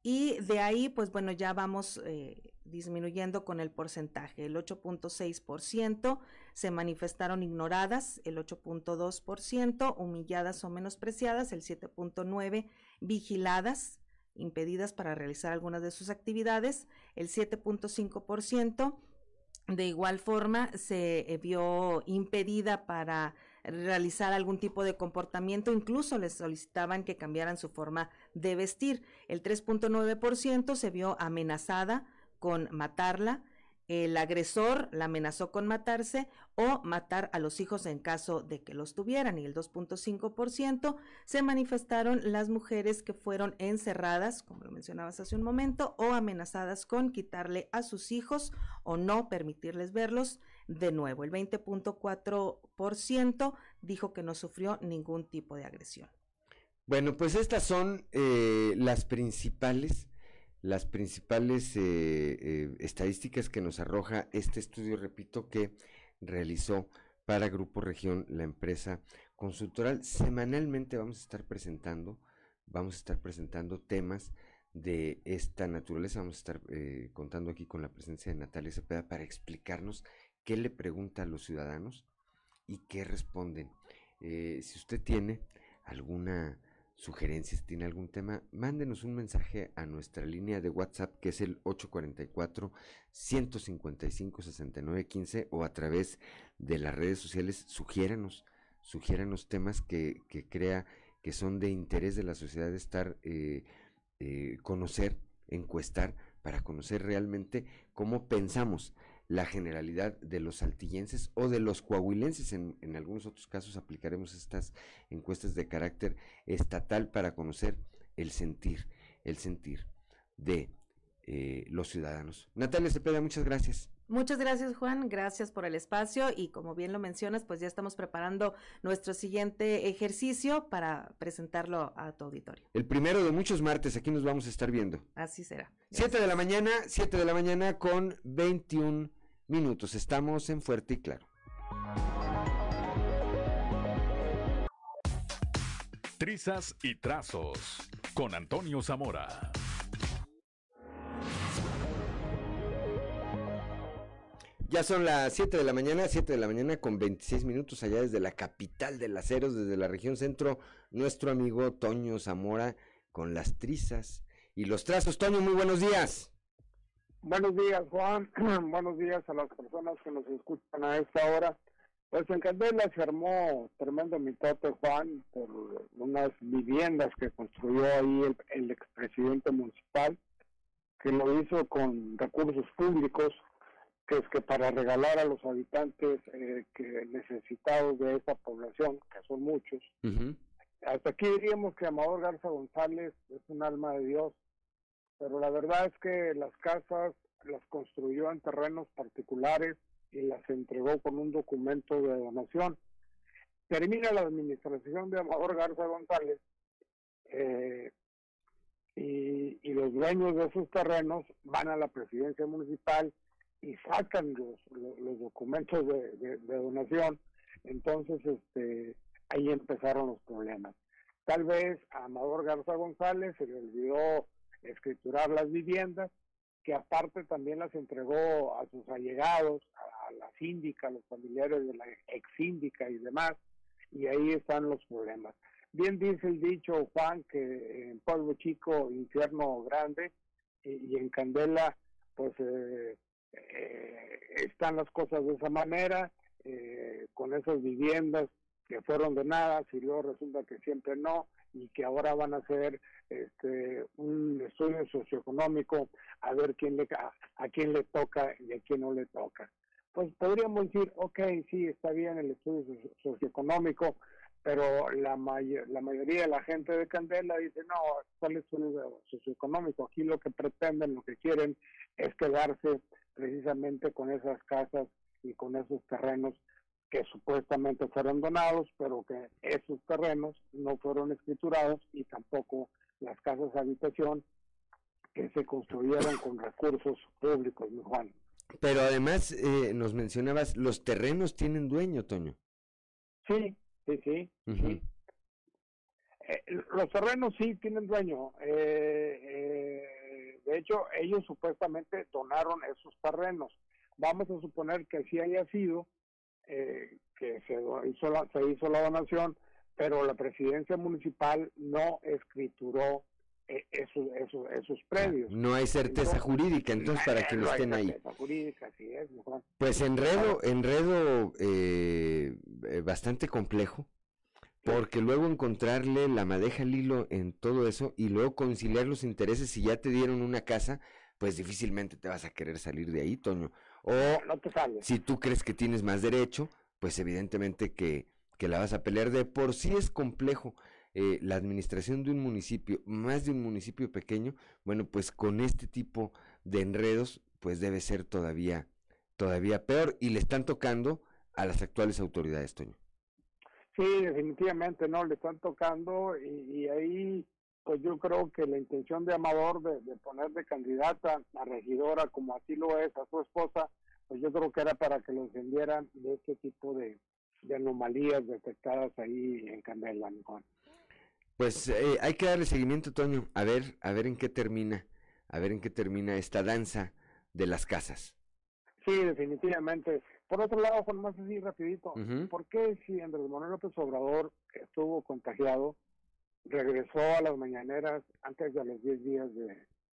[SPEAKER 14] y de ahí, pues bueno, ya vamos eh, disminuyendo con el porcentaje. El ocho punto seis por ciento se manifestaron ignoradas, el ocho punto dos por ciento humilladas o menospreciadas, el siete punto nueve por ciento vigiladas, impedidas para realizar algunas de sus actividades, el siete punto cinco por ciento de igual forma se eh, vio impedida para realizar algún tipo de comportamiento, incluso les solicitaban que cambiaran su forma de vestir. El tres punto nueve por ciento se vio amenazada con matarla, el agresor la amenazó con matarse o matar a los hijos en caso de que los tuvieran, y el dos punto cinco por ciento se manifestaron las mujeres que fueron encerradas, como lo mencionabas hace un momento, o amenazadas con quitarle a sus hijos o no permitirles verlos de nuevo. El veinte punto cuatro por ciento dijo que no sufrió ningún tipo de agresión.
[SPEAKER 1] Bueno, pues estas son eh, las principales las principales eh, eh, estadísticas que nos arroja este estudio, repito, que realizó para Grupo Región, la empresa consultoral. Semanalmente vamos a estar presentando, vamos a estar presentando temas de esta naturaleza. Vamos a estar eh, contando aquí con la presencia de Natalia Cepeda para explicarnos qué le pregunta a los ciudadanos y qué responden. Eh, si usted tiene alguna sugerencias, tiene algún tema, mándenos un mensaje a nuestra línea de WhatsApp, que es el ocho cuatro cuatro, uno cinco cinco, seis nueve uno cinco, o a través de las redes sociales. Sugiéranos, sugiéranos temas que, que crea que son de interés de la sociedad, estar, eh, eh, conocer, encuestar, para conocer realmente cómo pensamos la generalidad de los saltillenses o de los coahuilenses. En, en algunos otros casos aplicaremos estas encuestas de carácter estatal para conocer el sentir, el sentir de eh, los ciudadanos. Natalia Cepeda, muchas gracias.
[SPEAKER 14] Muchas gracias, Juan, gracias por el espacio, y como bien lo mencionas, pues ya estamos preparando nuestro siguiente ejercicio para presentarlo a tu auditorio.
[SPEAKER 1] El primero de muchos martes, aquí nos vamos a estar viendo.
[SPEAKER 14] Así será.
[SPEAKER 1] siete de la mañana, siete de la mañana con veintiún minutos. Estamos en Fuerte y Claro.
[SPEAKER 13] Trizas y trazos con Antonio Zamora.
[SPEAKER 1] Ya son las siete de la mañana, siete de la mañana con veintiséis minutos, allá desde la capital de las Heros, desde la región centro, nuestro amigo Toño Zamora con las trizas y los trazos. Toño, muy buenos días.
[SPEAKER 15] Buenos días, Juan. Buenos días a las personas que nos escuchan a esta hora. Pues en Candela se armó tremendo mitote, Juan, por unas viviendas que construyó ahí el, el expresidente municipal, que lo hizo con recursos públicos, que es que para regalar a los habitantes eh, que necesitados de esta población, que son muchos, uh-huh. hasta aquí diríamos que Amador Garza González es un alma de Dios, pero la verdad es que las casas las construyó en terrenos particulares y las entregó con un documento de donación. Termina la administración de Amador Garza González eh, y, y los dueños de esos terrenos van a la presidencia municipal y sacan los, los, los documentos de, de, de donación. Entonces este ahí empezaron los problemas. Tal vez a Amador Garza González se le olvidó escriturar las viviendas, que aparte también las entregó a sus allegados, a, a la síndica, a los familiares de la ex síndica y demás, y ahí están los problemas. Bien dice el dicho, Juan, que en Pueblo Chico, infierno grande, y, y en Candela, pues eh, eh, están las cosas de esa manera, eh, con esas viviendas que fueron donadas y luego resulta que siempre no, y que ahora van a hacer este un estudio socioeconómico a ver quién le a, a quién le toca y a quién no le toca. Pues podríamos decir, ok, sí, está bien el estudio socioeconómico, pero la may la mayoría de la gente de Candela dice, no, ¿cuál estudio socioeconómico? Aquí lo que pretenden, lo que quieren es quedarse precisamente con esas casas y con esos terrenos que supuestamente fueron donados, pero que esos terrenos no fueron escriturados y tampoco las casas de habitación que se construyeron con recursos públicos, mi Juan.
[SPEAKER 1] Pero además eh, nos mencionabas, los terrenos tienen dueño, Toño.
[SPEAKER 15] Sí, sí, sí. Uh-huh. sí. Eh, los terrenos sí tienen dueño. Eh, eh, de hecho, ellos supuestamente donaron esos terrenos. Vamos a suponer que así haya sido, Eh, que se hizo, la, se hizo la donación, pero la presidencia municipal no escrituró eh, esos, esos, esos predios.
[SPEAKER 1] No hay certeza entonces, jurídica, entonces, para que no estén ahí.
[SPEAKER 15] Jurídica, sí es, mejor.
[SPEAKER 1] Pues enredo, enredo eh, bastante complejo, porque luego encontrarle la madeja al hilo en todo eso y luego conciliar los intereses. Si ya te dieron una casa, pues difícilmente te vas a querer salir de ahí, Toño. O
[SPEAKER 15] no te sales.
[SPEAKER 1] Si tú crees que tienes más derecho, pues evidentemente que, que la vas a pelear. De por sí es complejo eh, la administración de un municipio, más de un municipio pequeño. Bueno, pues con este tipo de enredos, pues debe ser todavía, todavía peor, y le están tocando a las actuales autoridades, Toño.
[SPEAKER 15] Sí, definitivamente, no, le están tocando, y, y ahí pues yo creo que la intención de Amador de, de poner de candidata a regidora, como así lo es, a su esposa, pues yo creo que era para que lo defendieran de este tipo de, de anomalías detectadas ahí en Candela, Juan.
[SPEAKER 1] Pues eh, hay que darle seguimiento, Toño, a ver, a ver en qué termina, a ver en qué termina esta danza de las casas.
[SPEAKER 15] Sí, definitivamente. Por otro lado, Juan, más así rapidito, uh-huh. ¿por qué si Andrés Manuel López Obrador estuvo contagiado, regresó a las mañaneras antes de los diez días de,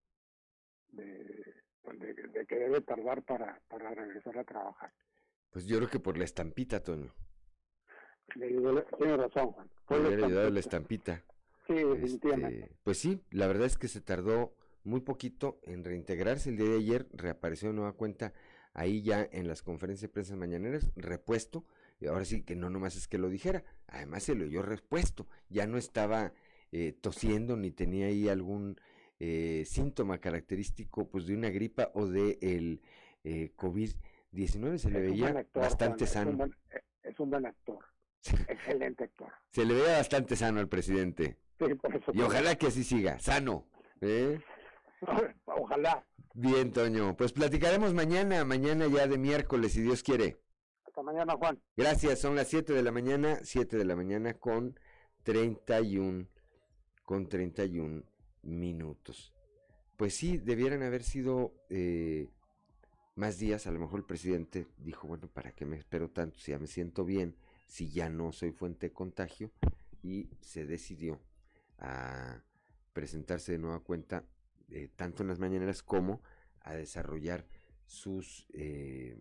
[SPEAKER 15] de, de, de que debe tardar para, para regresar a trabajar?
[SPEAKER 1] Pues yo creo que por la estampita, Toño.
[SPEAKER 15] Le ayudó, tiene razón, Juan.
[SPEAKER 1] Le hubiera ayudado la estampita.
[SPEAKER 15] Sí, definitivamente.
[SPEAKER 1] Este, pues sí, la verdad es que se tardó muy poquito en reintegrarse. El día de ayer reapareció de nueva cuenta ahí ya en las conferencias de prensa mañaneras, repuesto. Y ahora sí que no nomás es que lo dijera, además se lo oyó repuesto. Ya no estaba eh, tosiendo ni tenía ahí algún eh, síntoma característico pues de una gripa o de el eh, COVID diecinueve. Se le
[SPEAKER 15] es
[SPEAKER 1] veía
[SPEAKER 15] actor,
[SPEAKER 1] bastante
[SPEAKER 15] Juan,
[SPEAKER 1] sano.
[SPEAKER 15] Es un, buen, es un buen actor. Excelente actor.
[SPEAKER 1] Se le veía bastante sano al presidente.
[SPEAKER 15] Sí, por eso.
[SPEAKER 1] Y ojalá que así siga, sano. ¿eh?
[SPEAKER 15] Ojalá.
[SPEAKER 1] Bien, Toño. Pues platicaremos mañana, mañana ya de miércoles, si Dios quiere.
[SPEAKER 15] Hasta mañana, Juan.
[SPEAKER 1] Gracias, son las siete de la mañana, siete de la mañana con treinta y uno, con treinta y uno minutos. Pues sí, debieran haber sido eh, más días. A lo mejor el presidente dijo, bueno, ¿para qué me espero tanto si ya me siento bien? Si ya no soy fuente de contagio, y se decidió a presentarse de nueva cuenta, eh, tanto en las mañaneras como a desarrollar sus eh,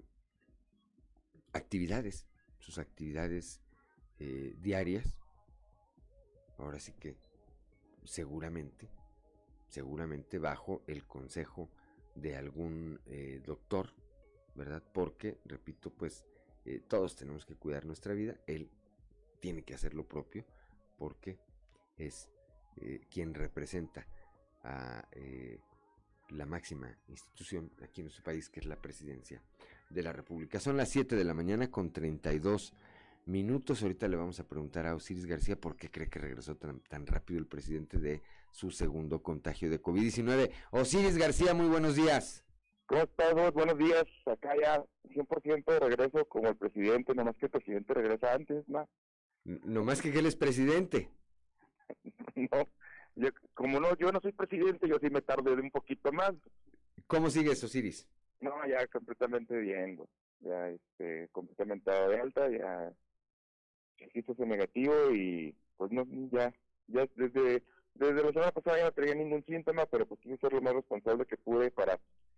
[SPEAKER 1] actividades, sus actividades eh, diarias. Ahora sí que seguramente, seguramente bajo el consejo de algún eh, doctor, ¿verdad? Porque, repito, pues Eh, todos tenemos que cuidar nuestra vida. Él tiene que hacer lo propio porque es eh, quien representa a eh, la máxima institución aquí en nuestro país, que es la presidencia de la República. Son las siete de la mañana con treinta y dos minutos. Ahorita le vamos a preguntar a Osiris García por qué cree que regresó tan, tan rápido el presidente de su segundo contagio de COVID diecinueve. Osiris García, muy buenos días.
[SPEAKER 16] ¿Cómo estás? Muy buenos días. Acá ya cien por ciento de regreso como el presidente, nomás que el presidente regresa antes, ¿no?
[SPEAKER 1] No más que que él es presidente.
[SPEAKER 16] No, yo, como no, yo no soy presidente, yo sí me tardo un poquito más.
[SPEAKER 1] ¿Cómo sigues, Osiris?
[SPEAKER 16] No, ya completamente bien, güey. Ya este, completamente dado de alta, ya registro ese negativo y pues no, ya, ya desde, desde la semana pasada ya no tenía ningún síntoma, pero pues quise ser lo más responsable que pude para,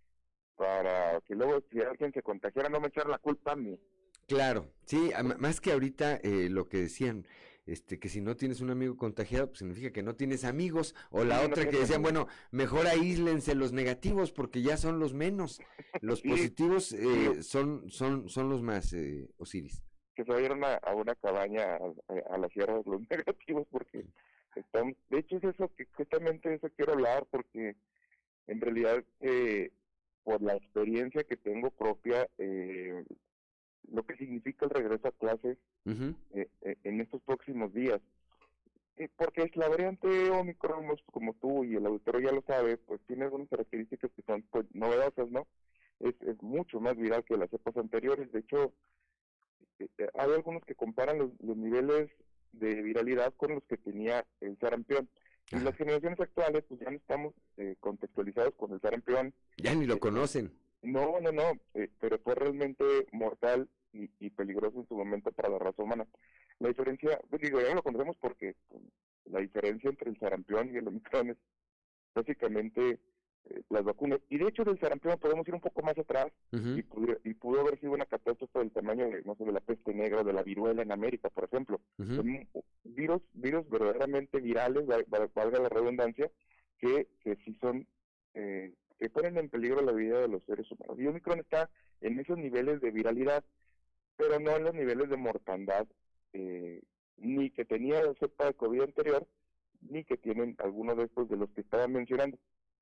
[SPEAKER 16] para que luego si alguien se contagiara no me echara la culpa a mí.
[SPEAKER 1] Claro, sí, más que ahorita eh, lo que decían, este, que si no tienes un amigo contagiado, pues significa que no tienes amigos, o la
[SPEAKER 16] Sí,
[SPEAKER 1] otra
[SPEAKER 16] no
[SPEAKER 1] que decían,
[SPEAKER 16] amigos.
[SPEAKER 1] bueno, mejor aíslense los negativos porque ya son los menos, los sí, positivos eh, son, son, son los más, eh, Osiris.
[SPEAKER 16] Que se vayan a, a una cabaña a, a, a la sierra de los negativos porque estamos, de hecho es eso que justamente de eso quiero hablar porque en realidad eh, por la experiencia que tengo propia, eh, lo que significa el regreso a clases uh-huh. eh, eh, en estos próximos días. Eh, porque es la variante Omicron, como tú y el auditorio ya lo sabe, pues tiene algunas características que son pues novedosas, ¿no? Es, es mucho más viral que las cepas anteriores. De hecho, eh, hay algunos que comparan los, los niveles de viralidad con los que tenía el sarampión. Y las generaciones actuales, pues ya no estamos eh, contextualizados con el sarampión.
[SPEAKER 1] Ya ni lo eh, conocen.
[SPEAKER 16] No, no, no, eh, pero fue realmente mortal y, y peligroso en su momento para la raza humana. La diferencia, pues digo, ya no lo conocemos porque pues, la diferencia entre el sarampión y el Omicron es básicamente eh, las vacunas. Y de hecho del sarampión podemos ir un poco más atrás uh-huh. y, pudo, y pudo haber sido una catástrofe del tamaño de, no sé, de la peste negra o de la viruela en América, por ejemplo. Uh-huh. Son virus, virus verdaderamente virales, valga la redundancia, que, que sí son... Eh, que ponen en peligro la vida de los seres humanos. Y Omicron está en esos niveles de viralidad, pero no en los niveles de mortandad, eh, ni que tenía la cepa de COVID anterior, ni que tienen algunos de estos de los que estaba mencionando.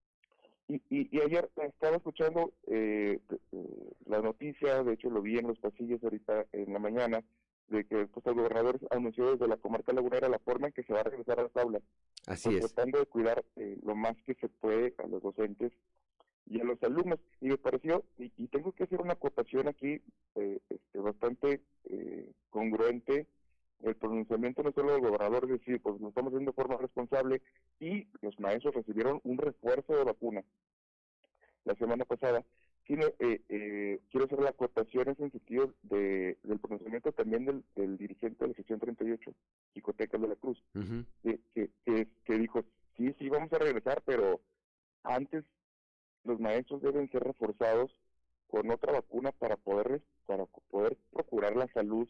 [SPEAKER 16] Y, y, y ayer estaba escuchando eh, eh, la noticia, de hecho lo vi en los pasillos ahorita en la mañana, de que pues, el gobernador anunció desde la comarca lagunera la forma en que se va a regresar a las aulas.
[SPEAKER 1] Así
[SPEAKER 16] pues,
[SPEAKER 1] es.
[SPEAKER 16] Tratando de cuidar eh, lo más que se puede a los docentes y a los alumnos, y me pareció, y, y tengo que hacer una acotación aquí eh, este, bastante eh, congruente, el pronunciamiento no solo del gobernador, es decir, pues lo estamos haciendo de forma responsable, y los maestros recibieron un refuerzo de vacuna la semana pasada, sino eh, eh, quiero hacer la acotación en sentido de, del pronunciamiento también del, del dirigente de la sección treinta y ocho, Jicotecas de la Cruz, uh-huh. que, que, que, que dijo, sí, sí, vamos a regresar, pero antes los maestros deben ser reforzados con otra vacuna para poder para poder procurar la salud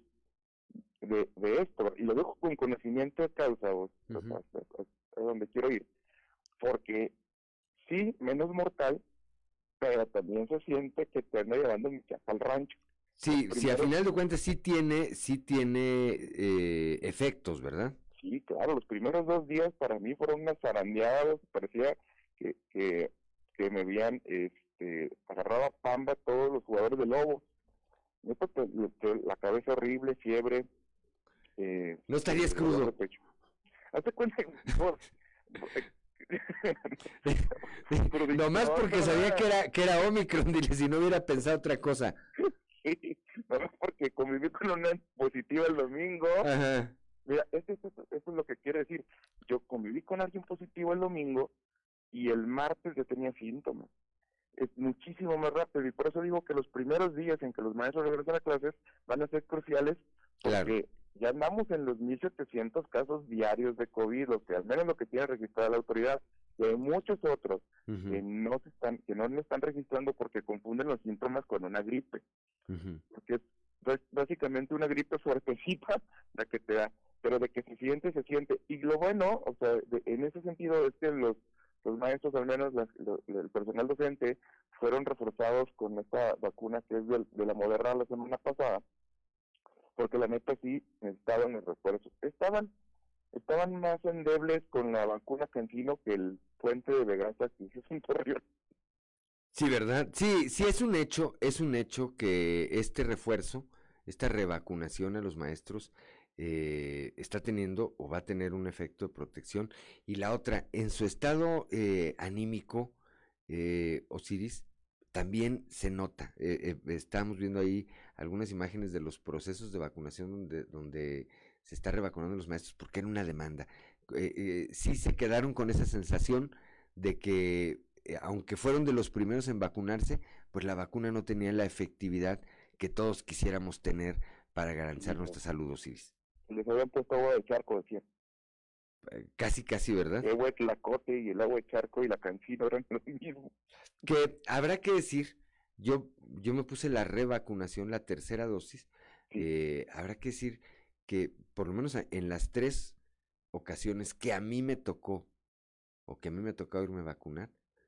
[SPEAKER 16] de, de esto. Y lo dejo con conocimiento de causa, uh-huh. a, a, a donde quiero ir. Porque sí, menos mortal, pero también se siente que te anda llevando mi chapa al rancho.
[SPEAKER 1] Sí, sí, a final de cuentas sí tiene, sí tiene eh, efectos, ¿verdad?
[SPEAKER 16] Sí, claro, los primeros dos días para mí fueron unas zarandeadas, parecía que... que que me habían este, agarrado a pamba todos los jugadores de Lobos. La cabeza horrible, fiebre. Eh,
[SPEAKER 1] no estarías eh, crudo.
[SPEAKER 16] Hazte cuenta. Por,
[SPEAKER 1] por, Nomás porque no, sabía que era, que era Omicron, dile, si no hubiera pensado otra cosa.
[SPEAKER 16] Sí, nomás porque conviví con una positiva el domingo.
[SPEAKER 1] Ajá.
[SPEAKER 16] Mira, esto, esto, esto es lo que quiere decir. Yo conviví con alguien positivo el domingo y el martes ya tenía síntomas. Es muchísimo más rápido, y por eso digo que los primeros días en que los maestros regresan a clases van a ser cruciales, porque claro. ya andamos en los mil setecientos casos diarios de COVID, lo que al menos lo que tiene registrada la autoridad, y hay muchos otros uh-huh. que no se están, que no lo están registrando porque confunden los síntomas con una gripe, uh-huh. porque es básicamente una gripe fuertecita la que te da, pero de que se siente, se siente, y lo bueno, o sea, de, en ese sentido es que los los maestros, al menos la, lo, el personal docente, fueron reforzados con esta vacuna que es de, de la Moderna la semana pasada, porque la neta sí estaban los refuerzos. Estaban, estaban más endebles con la vacuna Cancino que el puente de Vegaza, que es un torreón.
[SPEAKER 1] Sí, ¿verdad? Sí, sí es un hecho, es un hecho que este refuerzo, esta revacunación a los maestros eh, está teniendo o va a tener un efecto de protección. Y la otra, en su estado eh, anímico, eh, Osiris, también se nota. Eh, eh, estamos viendo ahí algunas imágenes de los procesos de vacunación donde, donde se está revacunando a los maestros porque era una demanda. Eh, eh, sí se quedaron con esa sensación de que eh, aunque fueron de los primeros en vacunarse, pues la vacuna no tenía la efectividad que todos quisiéramos tener para garantizar sí, nuestra salud, Osiris.
[SPEAKER 16] Les habían puesto agua de charco, decían.
[SPEAKER 1] Eh, casi, casi, ¿verdad?
[SPEAKER 16] El agua de Tlacote y el agua de charco y la Cancino eran lo mismo.
[SPEAKER 1] Que habrá que decir, yo, yo me puse la revacunación, la tercera dosis, sí. eh, habrá que decir que por lo menos en las tres ocasiones que a mí me tocó, o que a mí me tocó irme a vacunar,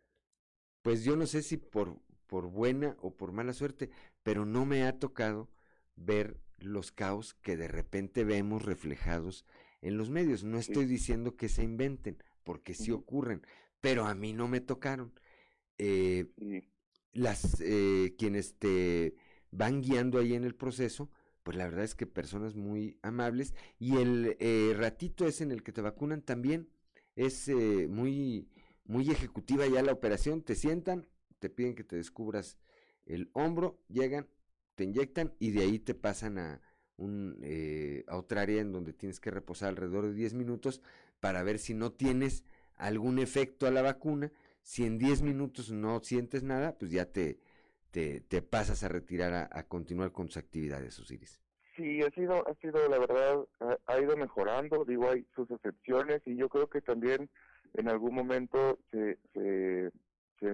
[SPEAKER 1] pues yo no sé si por, por buena o por mala suerte, pero no me ha tocado ver los caos que de repente vemos reflejados en los medios. No estoy sí. diciendo que se inventen, porque sí uh-huh. ocurren, pero a mí no me tocaron. Eh, sí. Las eh, quienes te van guiando ahí en el proceso, pues la verdad es que personas muy amables, y el eh, ratito ese en el que te vacunan también es eh, muy... muy ejecutiva ya la operación. Te sientan, te piden que te descubras el hombro, llegan, te inyectan y de ahí te pasan a un eh, a otra área en donde tienes que reposar alrededor de diez minutos para ver si no tienes algún efecto a la vacuna. Si en diez minutos no sientes nada, pues ya te, te, te pasas a retirar a, a continuar con tus actividades, Osiris.
[SPEAKER 16] Sí, ha sido, ha sido la verdad, ha, ha ido mejorando, digo, hay sus excepciones y yo creo que también en algún momento se, se, se,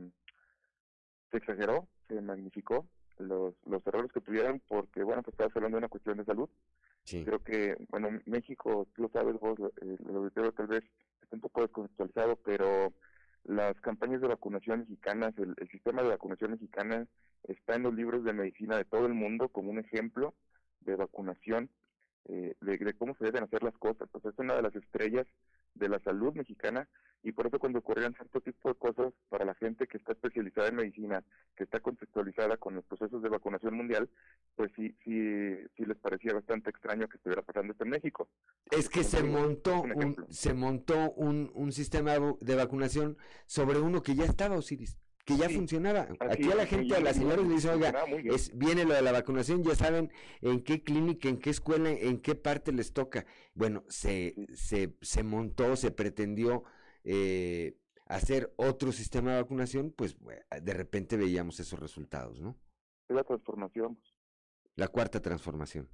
[SPEAKER 16] se exageró, se magnificó los, los errores que tuvieron porque, bueno, pues estabas hablando de una cuestión de salud. Sí. Creo que, bueno, México, tú lo sabes vos, el, el auditorio tal vez está un poco descontextualizado, pero las campañas de vacunación mexicanas, el, el sistema de vacunación mexicana está en los libros de medicina de todo el mundo como un ejemplo de vacunación, eh, de, de cómo se deben hacer las cosas. O sea, es una de las estrellas de la salud mexicana y por eso cuando ocurrían cierto tipo de cosas para la gente que está especializada en medicina, que está contextualizada con los procesos de vacunación mundial, pues sí, sí, sí les parecía bastante extraño que estuviera pasando esto en México.
[SPEAKER 1] Es que se montó un, un se montó un, un sistema de vacunación sobre uno que ya estaba, Osiris, que ya sí, funcionaba. Aquí a la gente, a las señoras le dice, oiga, es, viene lo de la vacunación, ya saben en qué clínica, en qué escuela, en qué parte les toca. Bueno, se, se, se montó, se pretendió eh, hacer otro sistema de vacunación, pues de repente veíamos esos resultados, ¿no?
[SPEAKER 16] Es la transformación.
[SPEAKER 1] La cuarta transformación.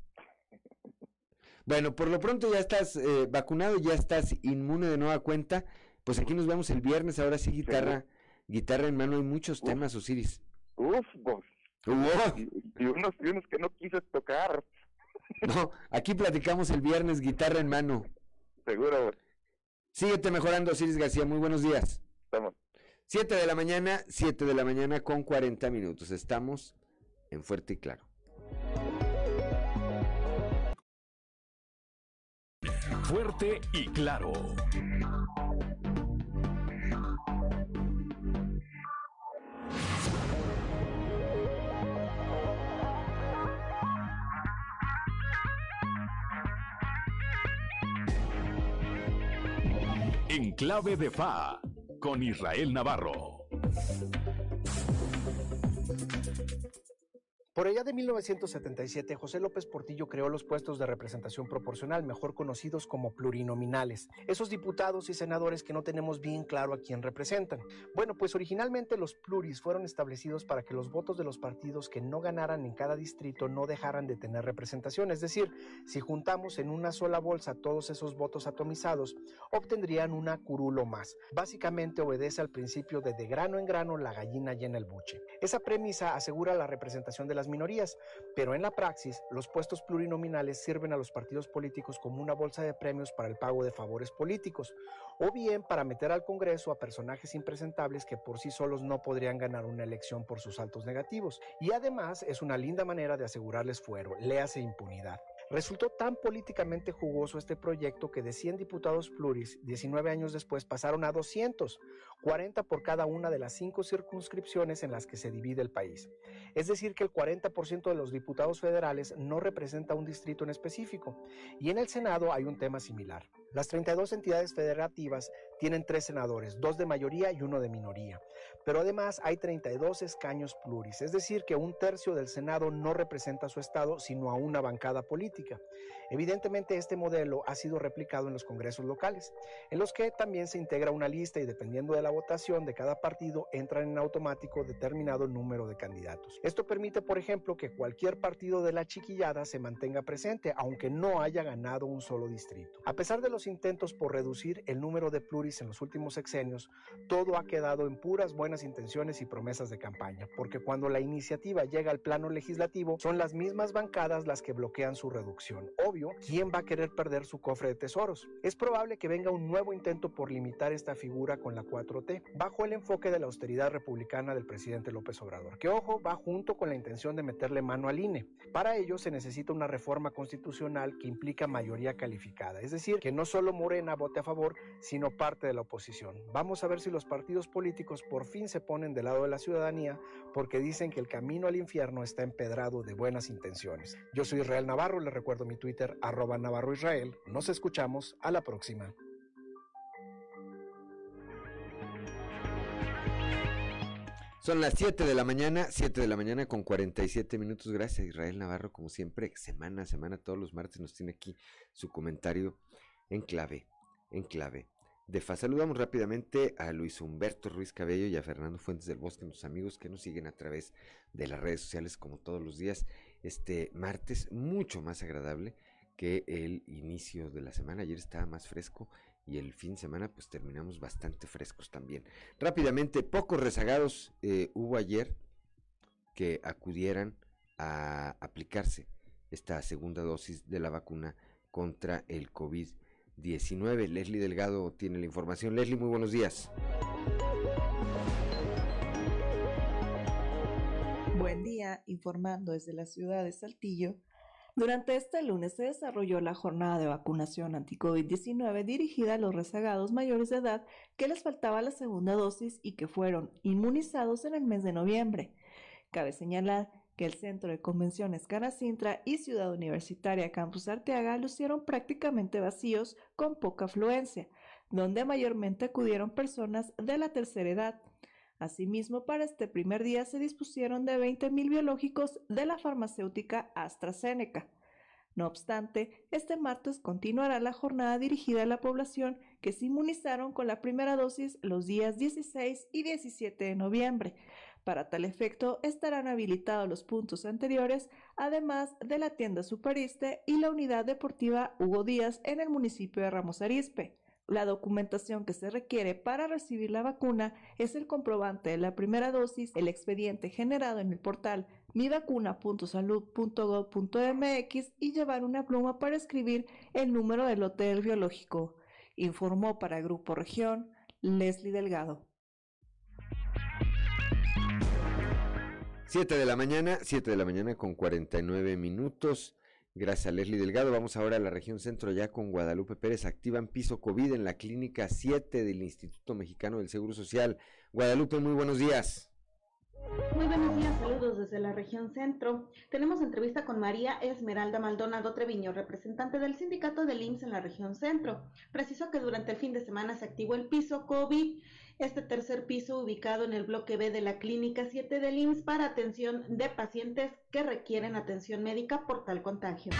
[SPEAKER 1] Bueno, por lo pronto ya estás eh, vacunado, ya estás inmune de nueva cuenta. Pues aquí nos vemos el viernes, ahora sí guitarra. Sí. Guitarra en mano, hay muchos Uf. temas, Osiris.
[SPEAKER 16] Uf, vos. Uf. Y, y, unos, y unos que no quise tocar.
[SPEAKER 1] No, aquí platicamos el viernes, guitarra en mano.
[SPEAKER 16] Seguro.
[SPEAKER 1] Síguete mejorando, Osiris García, muy buenos días.
[SPEAKER 16] Estamos.
[SPEAKER 1] Siete de la mañana, siete de la mañana con cuarenta minutos. Estamos en Fuerte y Claro.
[SPEAKER 13] Fuerte y Claro. En clave de F A, con Israel Navarro.
[SPEAKER 17] Por allá de mil novecientos setenta y siete, José López Portillo creó los puestos de representación proporcional, mejor conocidos como plurinominales. Esos diputados y senadores que no tenemos bien claro a quién representan. Bueno, pues originalmente los pluris fueron establecidos para que los votos de los partidos que no ganaran en cada distrito no dejaran de tener representación. Es decir, si juntamos en una sola bolsa todos esos votos atomizados, obtendrían una curul o más. Básicamente obedece al principio de de grano en grano la gallina llena el buche. Esa premisa asegura la representación de las minorías, pero en la praxis, los puestos plurinominales sirven a los partidos políticos como una bolsa de premios para el pago de favores políticos, o bien para meter al Congreso a personajes impresentables que por sí solos no podrían ganar una elección por sus saltos negativos. Y además es una linda manera de asegurarles fuero, léase impunidad. Resultó tan políticamente jugoso este proyecto que de cien diputados pluris, diecinueve años después pasaron a doscientos, cuarenta por cada una de las cinco circunscripciones en las que se divide el país. Es decir, que el cuarenta por ciento de los diputados federales no representa un distrito en específico. Y en el Senado hay un tema similar. Las treinta y dos entidades federativas tienen tres senadores, dos de mayoría y uno de minoría. Pero además hay treinta y dos escaños pluris, es decir, que un tercio del Senado no representa a su estado, sino a una bancada política. Evidentemente, este modelo ha sido replicado en los congresos locales, en los que también se integra una lista y dependiendo de la votación de cada partido, entran en automático determinado número de candidatos. Esto permite, por ejemplo, que cualquier partido de la chiquillada se mantenga presente, aunque no haya ganado un solo distrito. A pesar de los intentos por reducir el número de pluris en los últimos sexenios, todo ha quedado en puras buenas intenciones y promesas de campaña, porque cuando la iniciativa llega al plano legislativo, son las mismas bancadas las que bloquean su reducción. Obvio, ¿quién va a querer perder su cofre de tesoros? Es probable que venga un nuevo intento por limitar esta figura con la cuatro T, bajo el enfoque de la austeridad republicana del presidente López Obrador, que, ojo, va junto con la intención de meterle mano al I N E. Para ello se necesita una reforma constitucional que implica mayoría calificada, es decir, que no solo Morena vote a favor, sino parte de la oposición. Vamos a ver si los partidos políticos por fin se ponen del lado de la ciudadanía, porque dicen que el camino al infierno está empedrado de buenas intenciones. Yo soy Israel Navarro, les recuerdo mi Twitter, arroba Navarro Israel. Nos escuchamos a la próxima.
[SPEAKER 1] Son las siete de la mañana, siete de la mañana con cuarenta y siete minutos. Gracias, Israel Navarro, como siempre, semana a semana, todos los martes nos tiene aquí su comentario en clave, en clave de F A. Saludamos rápidamente a Luis Humberto Ruiz Cabello y a Fernando Fuentes del Bosque, nuestros amigos que nos siguen a través de las redes sociales como todos los días. Este martes mucho más agradable que el inicio de la semana. Ayer estaba más fresco y el fin de semana pues terminamos bastante frescos también. Rápidamente, pocos rezagados eh, hubo ayer que acudieran a aplicarse esta segunda dosis de la vacuna contra el COVID diecinueve. Leslie Delgado tiene la información. Leslie, muy buenos días.
[SPEAKER 18] Buen día, informando desde la ciudad de Saltillo. Durante este lunes se desarrolló la jornada de vacunación anti-COVID diecinueve dirigida a los rezagados mayores de edad que les faltaba la segunda dosis y que fueron inmunizados en el mes de noviembre. Cabe señalar que el Centro de Convenciones Canacintra y Ciudad Universitaria Campus Arteaga lucieron prácticamente vacíos con poca afluencia, donde mayormente acudieron personas de la tercera edad. Asimismo, para este primer día se dispusieron de veinte mil biológicos de la farmacéutica AstraZeneca. No obstante, este martes continuará la jornada dirigida a la población que se inmunizaron con la primera dosis los días dieciséis y diecisiete de noviembre. Para tal efecto, estarán habilitados los puntos anteriores, además de la tienda Superiste y la unidad deportiva Hugo Díaz en el municipio de Ramos Arizpe. La documentación que se requiere para recibir la vacuna es el comprobante de la primera dosis, el expediente generado en el portal mi vacuna punto salud punto gob punto eme equis y llevar una pluma para escribir el número del lote del biológico. Informó para Grupo Región Leslie Delgado.
[SPEAKER 1] siete de la mañana, siete de la mañana con cuarenta y nueve minutos. Gracias a Leslie Delgado. Vamos ahora a la región centro ya con Guadalupe Pérez. Activan piso COVID en la clínica siete del Instituto Mexicano del Seguro Social. Guadalupe, muy buenos días.
[SPEAKER 19] Muy buenos días, saludos desde la región centro. Tenemos entrevista con María Esmeralda Maldonado Treviño, representante del sindicato del I M S S en la región centro. Precisó que durante el fin de semana se activó el piso COVID, este tercer piso ubicado en el bloque B de la clínica siete del I M S S para atención de pacientes que requieren atención médica por tal contagio.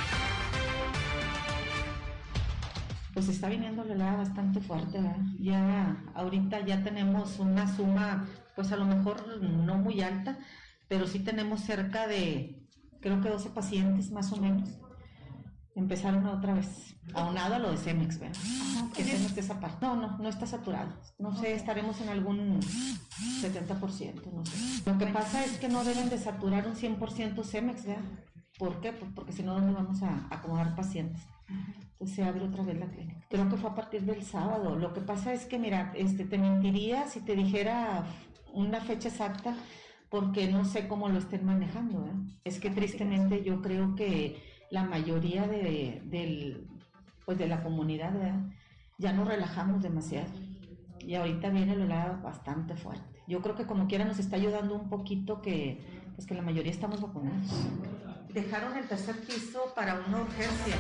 [SPEAKER 20] Pues está viniendo la helada bastante fuerte, ¿verdad? Ya ahorita ya tenemos una suma, pues a lo mejor no muy alta, pero sí tenemos cerca de, creo que doce pacientes más o menos. Empezaron otra vez, aunado a lo de Cemex, ¿verdad? Ajá, que Cemex esa parte. No, no, no está saturado. No sé, estaremos en algún setenta por ciento, no sé. Lo que pasa es que no deben de saturar un cien por ciento Cemex, ¿verdad? ¿Por qué? Pues porque si no, ¿dónde vamos a acomodar pacientes? Entonces se abre otra vez la clínica. Creo que fue a partir del sábado. Lo que pasa es que, mira, este, te mentiría si te dijera una fecha exacta, porque no sé cómo lo estén manejando, ¿eh? Es que tristemente yo creo que la mayoría de, del, pues de la comunidad, ¿verdad? Ya nos relajamos demasiado. Y ahorita viene el helado bastante fuerte. Yo creo que como quiera nos está ayudando un poquito que, pues que la mayoría estamos vacunados. Dejaron el tercer piso para una urgencia.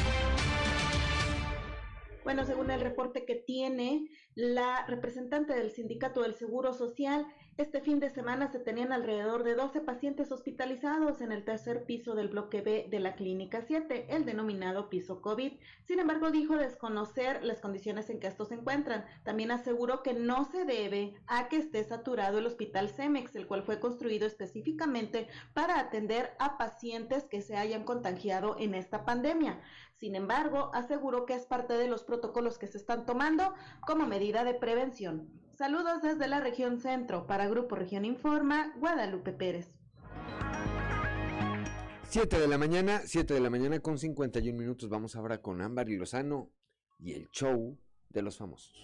[SPEAKER 19] Bueno, según el reporte que tiene la representante del Sindicato del Seguro Social, este fin de semana se tenían alrededor de doce pacientes hospitalizados en el tercer piso del bloque B de la Clínica siete, el denominado piso COVID. Sin embargo, dijo desconocer las condiciones en que estos se encuentran. También aseguró que no se debe a que esté saturado el Hospital Cemex, el cual fue construido específicamente para atender a pacientes que se hayan contagiado en esta pandemia. Sin embargo, aseguró que es parte de los protocolos que se están tomando como medida de prevención. Saludos desde la región centro. Para Grupo Región Informa, Guadalupe Pérez.
[SPEAKER 1] siete de la mañana, siete de la mañana con cincuenta y un minutos. Vamos ahora con Ámbar y Lozano y el show de los famosos.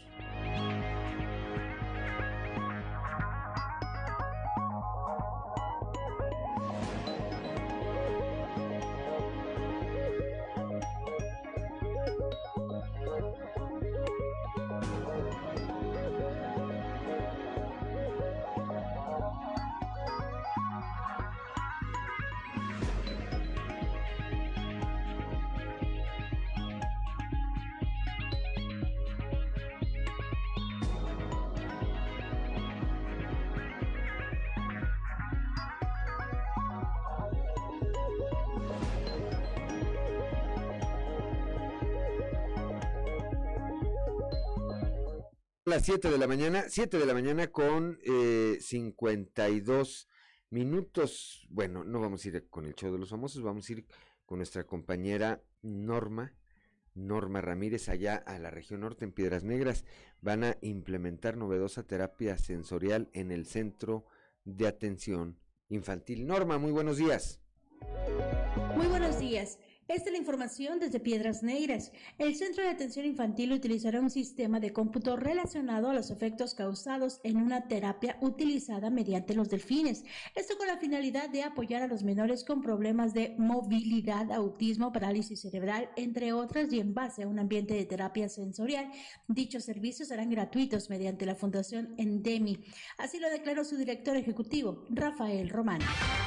[SPEAKER 1] Las siete de la mañana, siete de la mañana con eh, cincuenta y dos minutos. Bueno, no vamos a ir con el show de los famosos, vamos a ir con nuestra compañera Norma, Norma Ramírez, allá a la región norte, en Piedras Negras. Van a implementar novedosa terapia sensorial en el Centro de Atención Infantil. Norma, muy buenos días.
[SPEAKER 21] Muy buenos días. Esta es la información desde Piedras Negras. El Centro de Atención Infantil utilizará un sistema de cómputo relacionado a los efectos causados en una terapia utilizada mediante los delfines. Esto con la finalidad de apoyar a los menores con problemas de movilidad, autismo, parálisis cerebral, entre otras, y en base a un ambiente de terapia sensorial. Dichos servicios serán gratuitos mediante la Fundación Endemi. Así lo declaró su director ejecutivo, Rafael Román.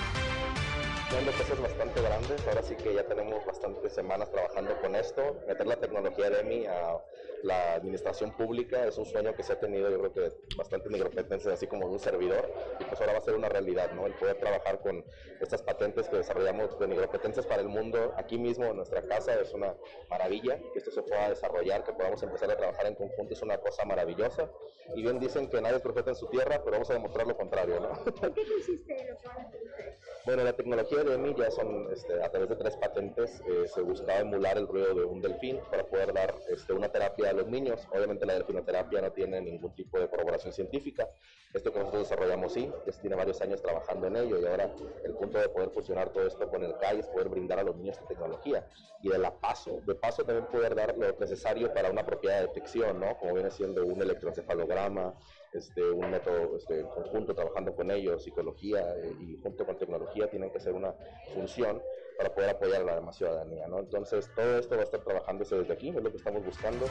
[SPEAKER 22] Son dos cosas bastante grandes, ahora sí que ya tenemos bastantes semanas trabajando con esto. Meter la tecnología de E M I a la administración pública es un sueño que se ha tenido, yo creo que bastantes micropetenses, así como de un servidor, y pues ahora va a ser una realidad, ¿no? El poder trabajar con estas patentes que desarrollamos de micropetenses para el mundo aquí mismo en nuestra casa es una maravilla. Que esto se pueda desarrollar, que podamos empezar a trabajar en conjunto es una cosa maravillosa. Y bien dicen que nadie es profeta en su tierra, pero vamos a demostrar lo contrario, ¿no?
[SPEAKER 21] ¿Por qué consiste lo que van a hacer?
[SPEAKER 22] Bueno, la tecnología de E M I ya son, este, a través de tres patentes, eh, se buscaba emular el ruido de un delfín para poder dar este, una terapia a los niños. Obviamente la delfinoterapia no tiene ningún tipo de corroboración científica. Esto que nosotros desarrollamos sí, ya tiene varios años trabajando en ello, y ahora el punto de poder fusionar todo esto con el C A I es poder brindar a los niños esta tecnología. Y de la paso, de paso también poder dar lo necesario para una apropiada detección, ¿no? Como viene siendo un electroencefalograma, este, un método este, conjunto trabajando con ellos, psicología eh, y junto con tecnología tienen que ser una función para poder apoyar a la demás ciudadanía, ¿no? Entonces todo esto va a estar trabajándose desde aquí, es lo que estamos buscando.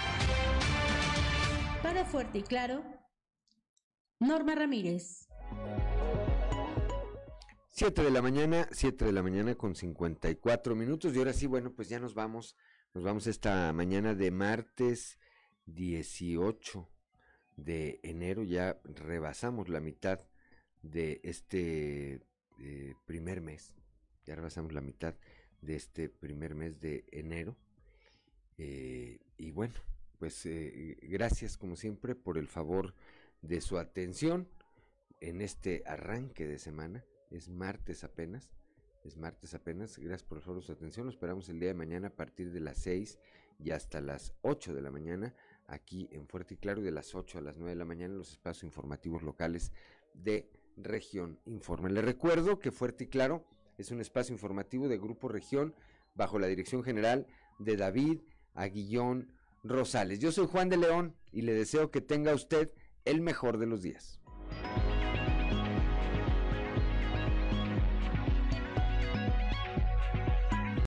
[SPEAKER 21] Para Fuerte y Claro, Norma Ramírez.
[SPEAKER 1] siete de la mañana, siete de la mañana con cincuenta y cuatro minutos, y ahora sí, bueno, pues ya nos vamos, nos vamos esta mañana de martes dieciocho de enero, ya rebasamos la mitad de este eh, primer mes, ya rebasamos la mitad de este primer mes de enero, eh, y bueno, pues eh, gracias como siempre por el favor de su atención en este arranque de semana. Es martes apenas, es martes apenas, gracias por el favor de su atención, lo esperamos el día de mañana a partir de las seis y hasta las ocho de la mañana, aquí en Fuerte y Claro, y de las ocho a las nueve de la mañana en los espacios informativos locales de Región Informa. Les recuerdo que Fuerte y Claro es un espacio informativo de Grupo Región bajo la dirección general de David Aguillón Rosales. Yo soy Juan de León y le deseo que tenga usted el mejor de los días.